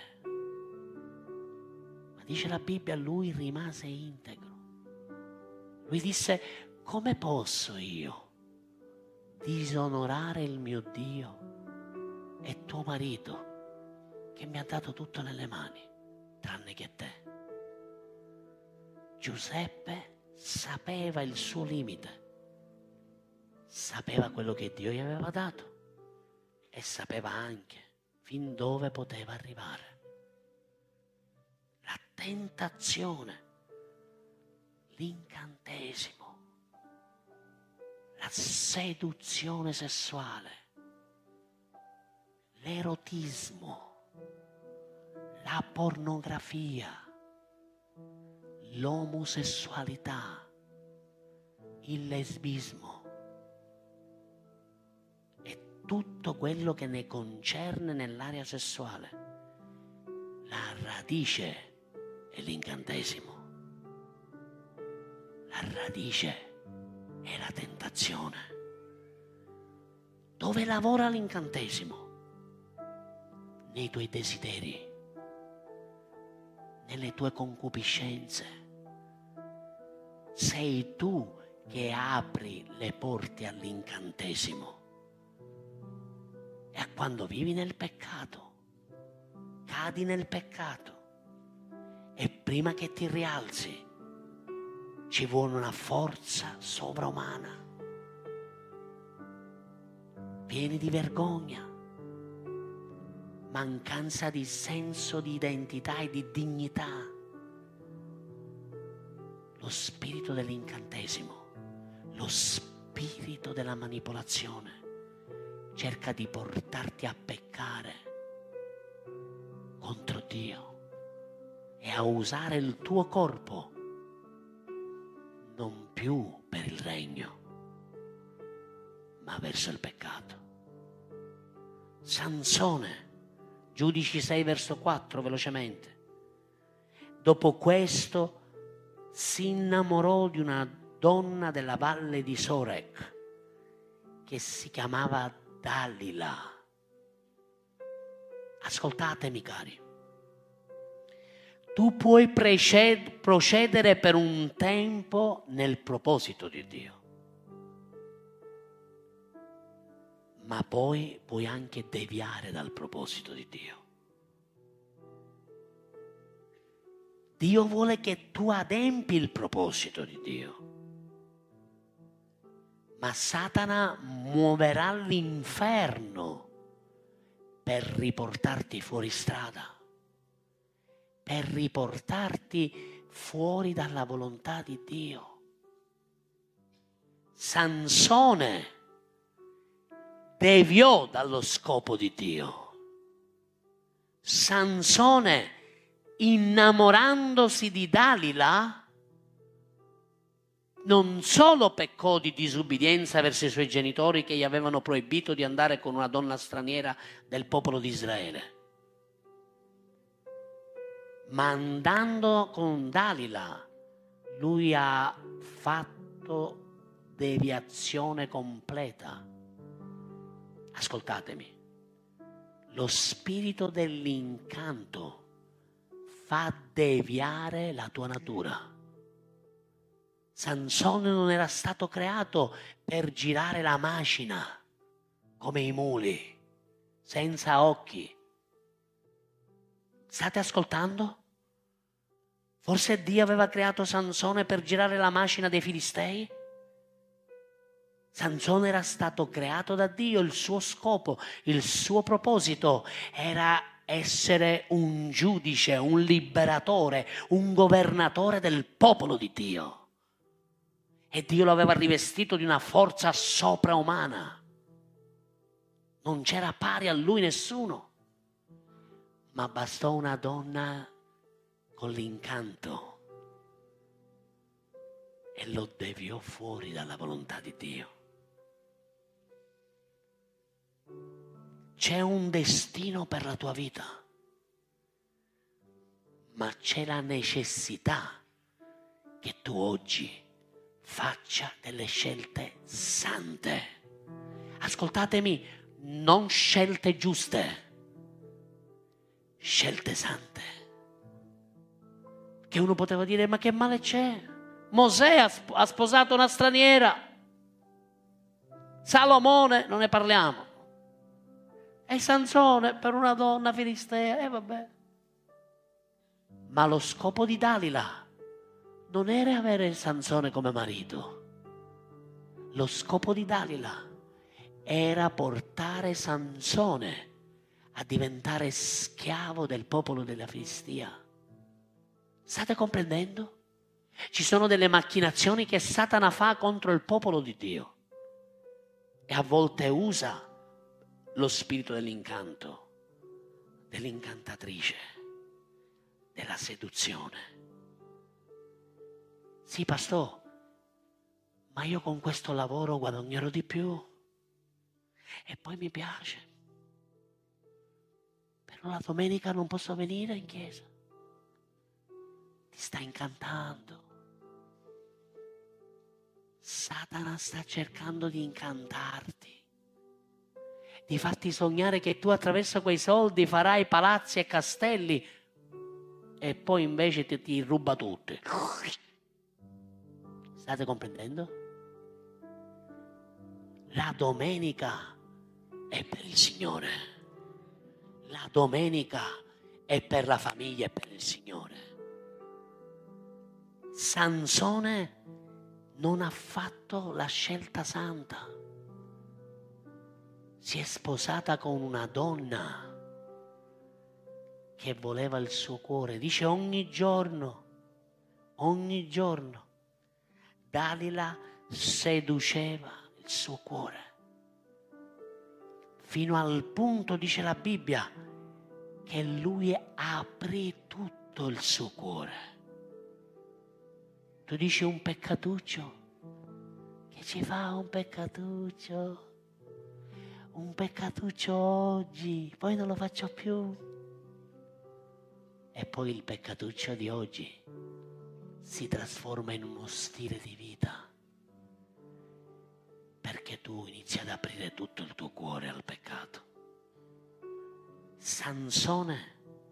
A: Dice la Bibbia, lui rimase integro. Lui disse: come posso io disonorare il mio Dio e tuo marito che mi ha dato tutto nelle mani, tranne che te? Giuseppe sapeva il suo limite, sapeva quello che Dio gli aveva dato e sapeva anche fin dove poteva arrivare. La tentazione, l'incantesimo, la seduzione sessuale, l'erotismo, la pornografia, l'omosessualità, il lesbismo e tutto quello che ne concerne nell'area sessuale. La radice è l'incantesimo. La radice è la tentazione. Dove lavora l'incantesimo? Nei tuoi desideri, nelle tue concupiscenze. Sei tu che apri le porte all'incantesimo. E quando vivi nel peccato, cadi nel peccato, e prima che ti rialzi ci vuole una forza sovraumana. Pieni di vergogna, mancanza di senso di identità e di dignità. Lo spirito dell'incantesimo, lo spirito della manipolazione cerca di portarti a peccare contro Dio e a usare il tuo corpo non più per il regno, ma verso il peccato. Sansone, Giudici sei verso quattro, velocemente. Dopo questo si innamorò di una donna della valle di Sorek che si chiamava Dalila. Ascoltatemi, cari. Tu puoi procedere per un tempo nel proposito di Dio, ma poi puoi anche deviare dal proposito di Dio. Dio vuole che tu adempi il proposito di Dio, ma Satana muoverà l'inferno per riportarti fuori strada, per riportarti fuori dalla volontà di Dio. Sansone deviò dallo scopo di Dio. Sansone, innamorandosi di Dalila, non solo peccò di disubbidienza verso i suoi genitori che gli avevano proibito di andare con una donna straniera del popolo di Israele, ma andando con Dalila lui ha fatto deviazione completa. Ascoltatemi, lo spirito dell'incanto fa deviare la tua natura. Sansone non era stato creato per girare la macina come i muli, senza occhi. State ascoltando? Forse Dio aveva creato Sansone per girare la macina dei Filistei? Sansone era stato creato da Dio, il suo scopo, il suo proposito era essere un giudice, un liberatore, un governatore del popolo di Dio. E Dio lo aveva rivestito di una forza sopraumana. Non c'era pari a lui nessuno. Ma bastò una donna con l'incanto e lo deviò fuori dalla volontà di Dio. C'è un destino per la tua vita, ma c'è la necessità che tu oggi faccia delle scelte sante. Ascoltatemi, non scelte giuste, scelte sante. Che uno poteva dire, ma che male c'è? Mosè ha, sp- ha sposato una straniera, Salomone non ne parliamo, e Sansone per una donna filistea, e eh, vabbè. Ma lo scopo di Dalila non era avere Sansone come marito. Lo scopo di Dalila era portare Sansone a diventare schiavo del popolo della Filistia. State comprendendo? Ci sono delle macchinazioni che Satana fa contro il popolo di Dio e a volte usa lo spirito dell'incanto, dell'incantatrice, della seduzione. Sì, pastore, ma io con questo lavoro guadagnerò di più e poi mi piace. Però la domenica non posso venire in chiesa. Ti sta incantando. Satana sta cercando di incantarti, di farti sognare che tu attraverso quei soldi farai palazzi e castelli e poi invece ti, ti ruba tutti. State comprendendo? La domenica è per il Signore. La domenica è per la famiglia e per il Signore. Sansone non ha fatto la scelta santa. Si è sposata con una donna che voleva il suo cuore. Dice ogni giorno, ogni giorno, Dalila seduceva il suo cuore. Fino al punto, dice la Bibbia, che lui aprì tutto il suo cuore. Tu dici un peccatuccio, che ci fa un peccatuccio, un peccatuccio oggi, poi non lo faccio più. E poi il peccatuccio di oggi si trasforma in uno stile di vita, perché tu inizi ad aprire tutto il tuo cuore al peccato. Sansone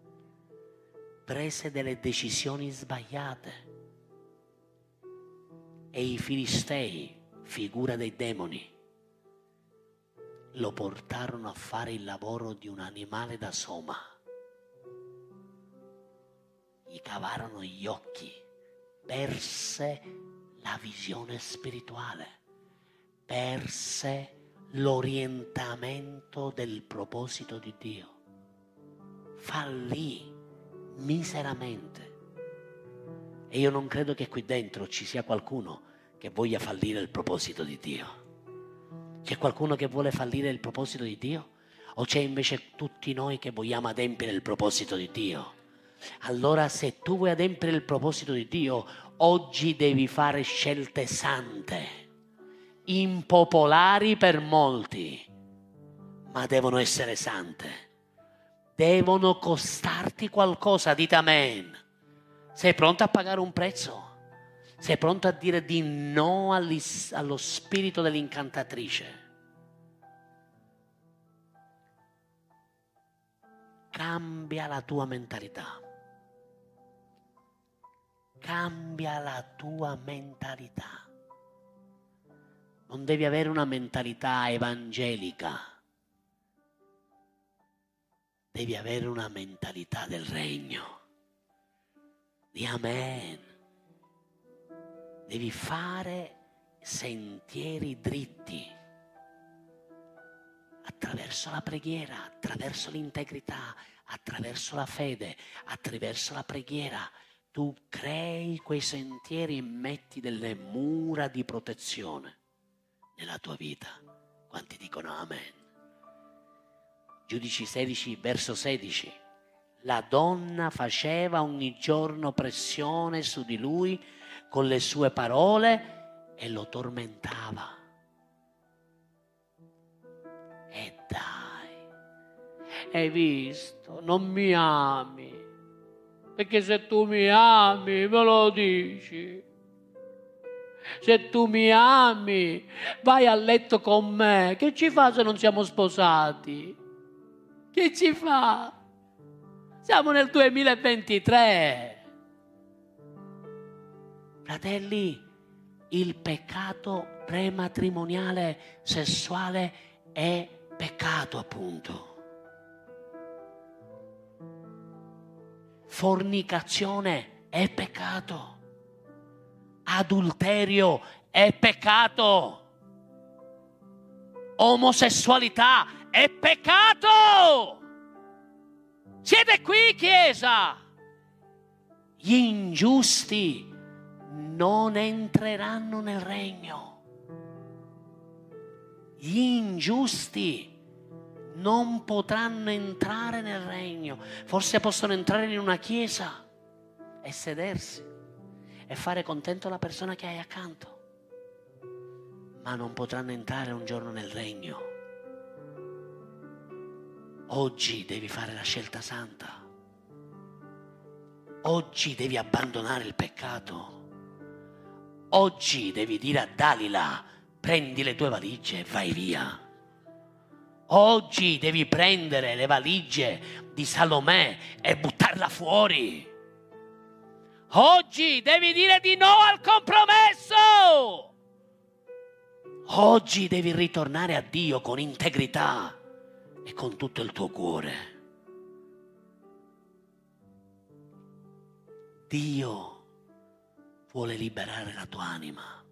A: prese delle decisioni sbagliate e i Filistei, figura dei demoni, lo portarono a fare il lavoro di un animale da soma. Gli cavarono gli occhi, perse la visione spirituale, perse l'orientamento del proposito di Dio. Fallì miseramente. E io non credo che qui dentro ci sia qualcuno che voglia fallire il proposito di Dio. C'è qualcuno che vuole fallire il proposito di Dio? O c'è invece tutti noi che vogliamo adempiere il proposito di Dio? Allora, se tu vuoi adempiere il proposito di Dio, oggi devi fare scelte sante, impopolari per molti, ma devono essere sante. Devono costarti qualcosa, dite amen. Sei pronto a pagare un prezzo? Sei pronto a dire di no allo spirito dell'incantatrice? Cambia la tua mentalità. Cambia la tua mentalità. Non devi avere una mentalità evangelica. Devi avere una mentalità del regno. Di amen. Devi fare sentieri dritti attraverso la preghiera, attraverso l'integrità, attraverso la fede, attraverso la preghiera. Tu crei quei sentieri e metti delle mura di protezione nella tua vita. Quanti dicono amen? Giudici sedici, verso sedici. La donna faceva ogni giorno pressione su di lui con le sue parole e lo tormentava. E dai, hai visto? Non mi ami. Perché se tu mi ami, me lo dici. Se tu mi ami, vai a letto con me. Che ci fa se non siamo sposati? Che ci fa? Siamo nel duemilaventitré. Fratelli, il peccato prematrimoniale sessuale è peccato, appunto. Fornicazione è peccato. Adulterio è peccato. Omosessualità è peccato. Siete qui, Chiesa? Gli ingiusti non entreranno nel regno. Gli ingiusti non potranno entrare nel regno. Forse possono entrare in una chiesa e sedersi e fare contento la persona che hai accanto, ma non potranno entrare un giorno nel regno. Oggi devi fare la scelta santa. Oggi devi abbandonare il peccato. Oggi devi dire a Dalila: prendi le tue valigie e vai via. Oggi devi prendere le valigie di Salomè e buttarla fuori. Oggi devi dire di no al compromesso. Oggi devi ritornare a Dio con integrità e con tutto il tuo cuore. Dio vuole liberare la tua anima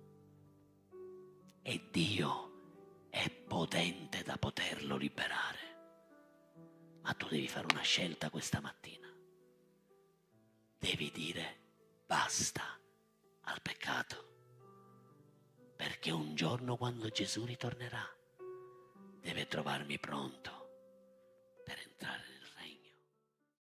A: e Dio è potente da poterlo liberare. Ma tu devi fare una scelta questa mattina. Devi dire basta al peccato, perché un giorno, quando Gesù ritornerà, deve trovarmi pronto.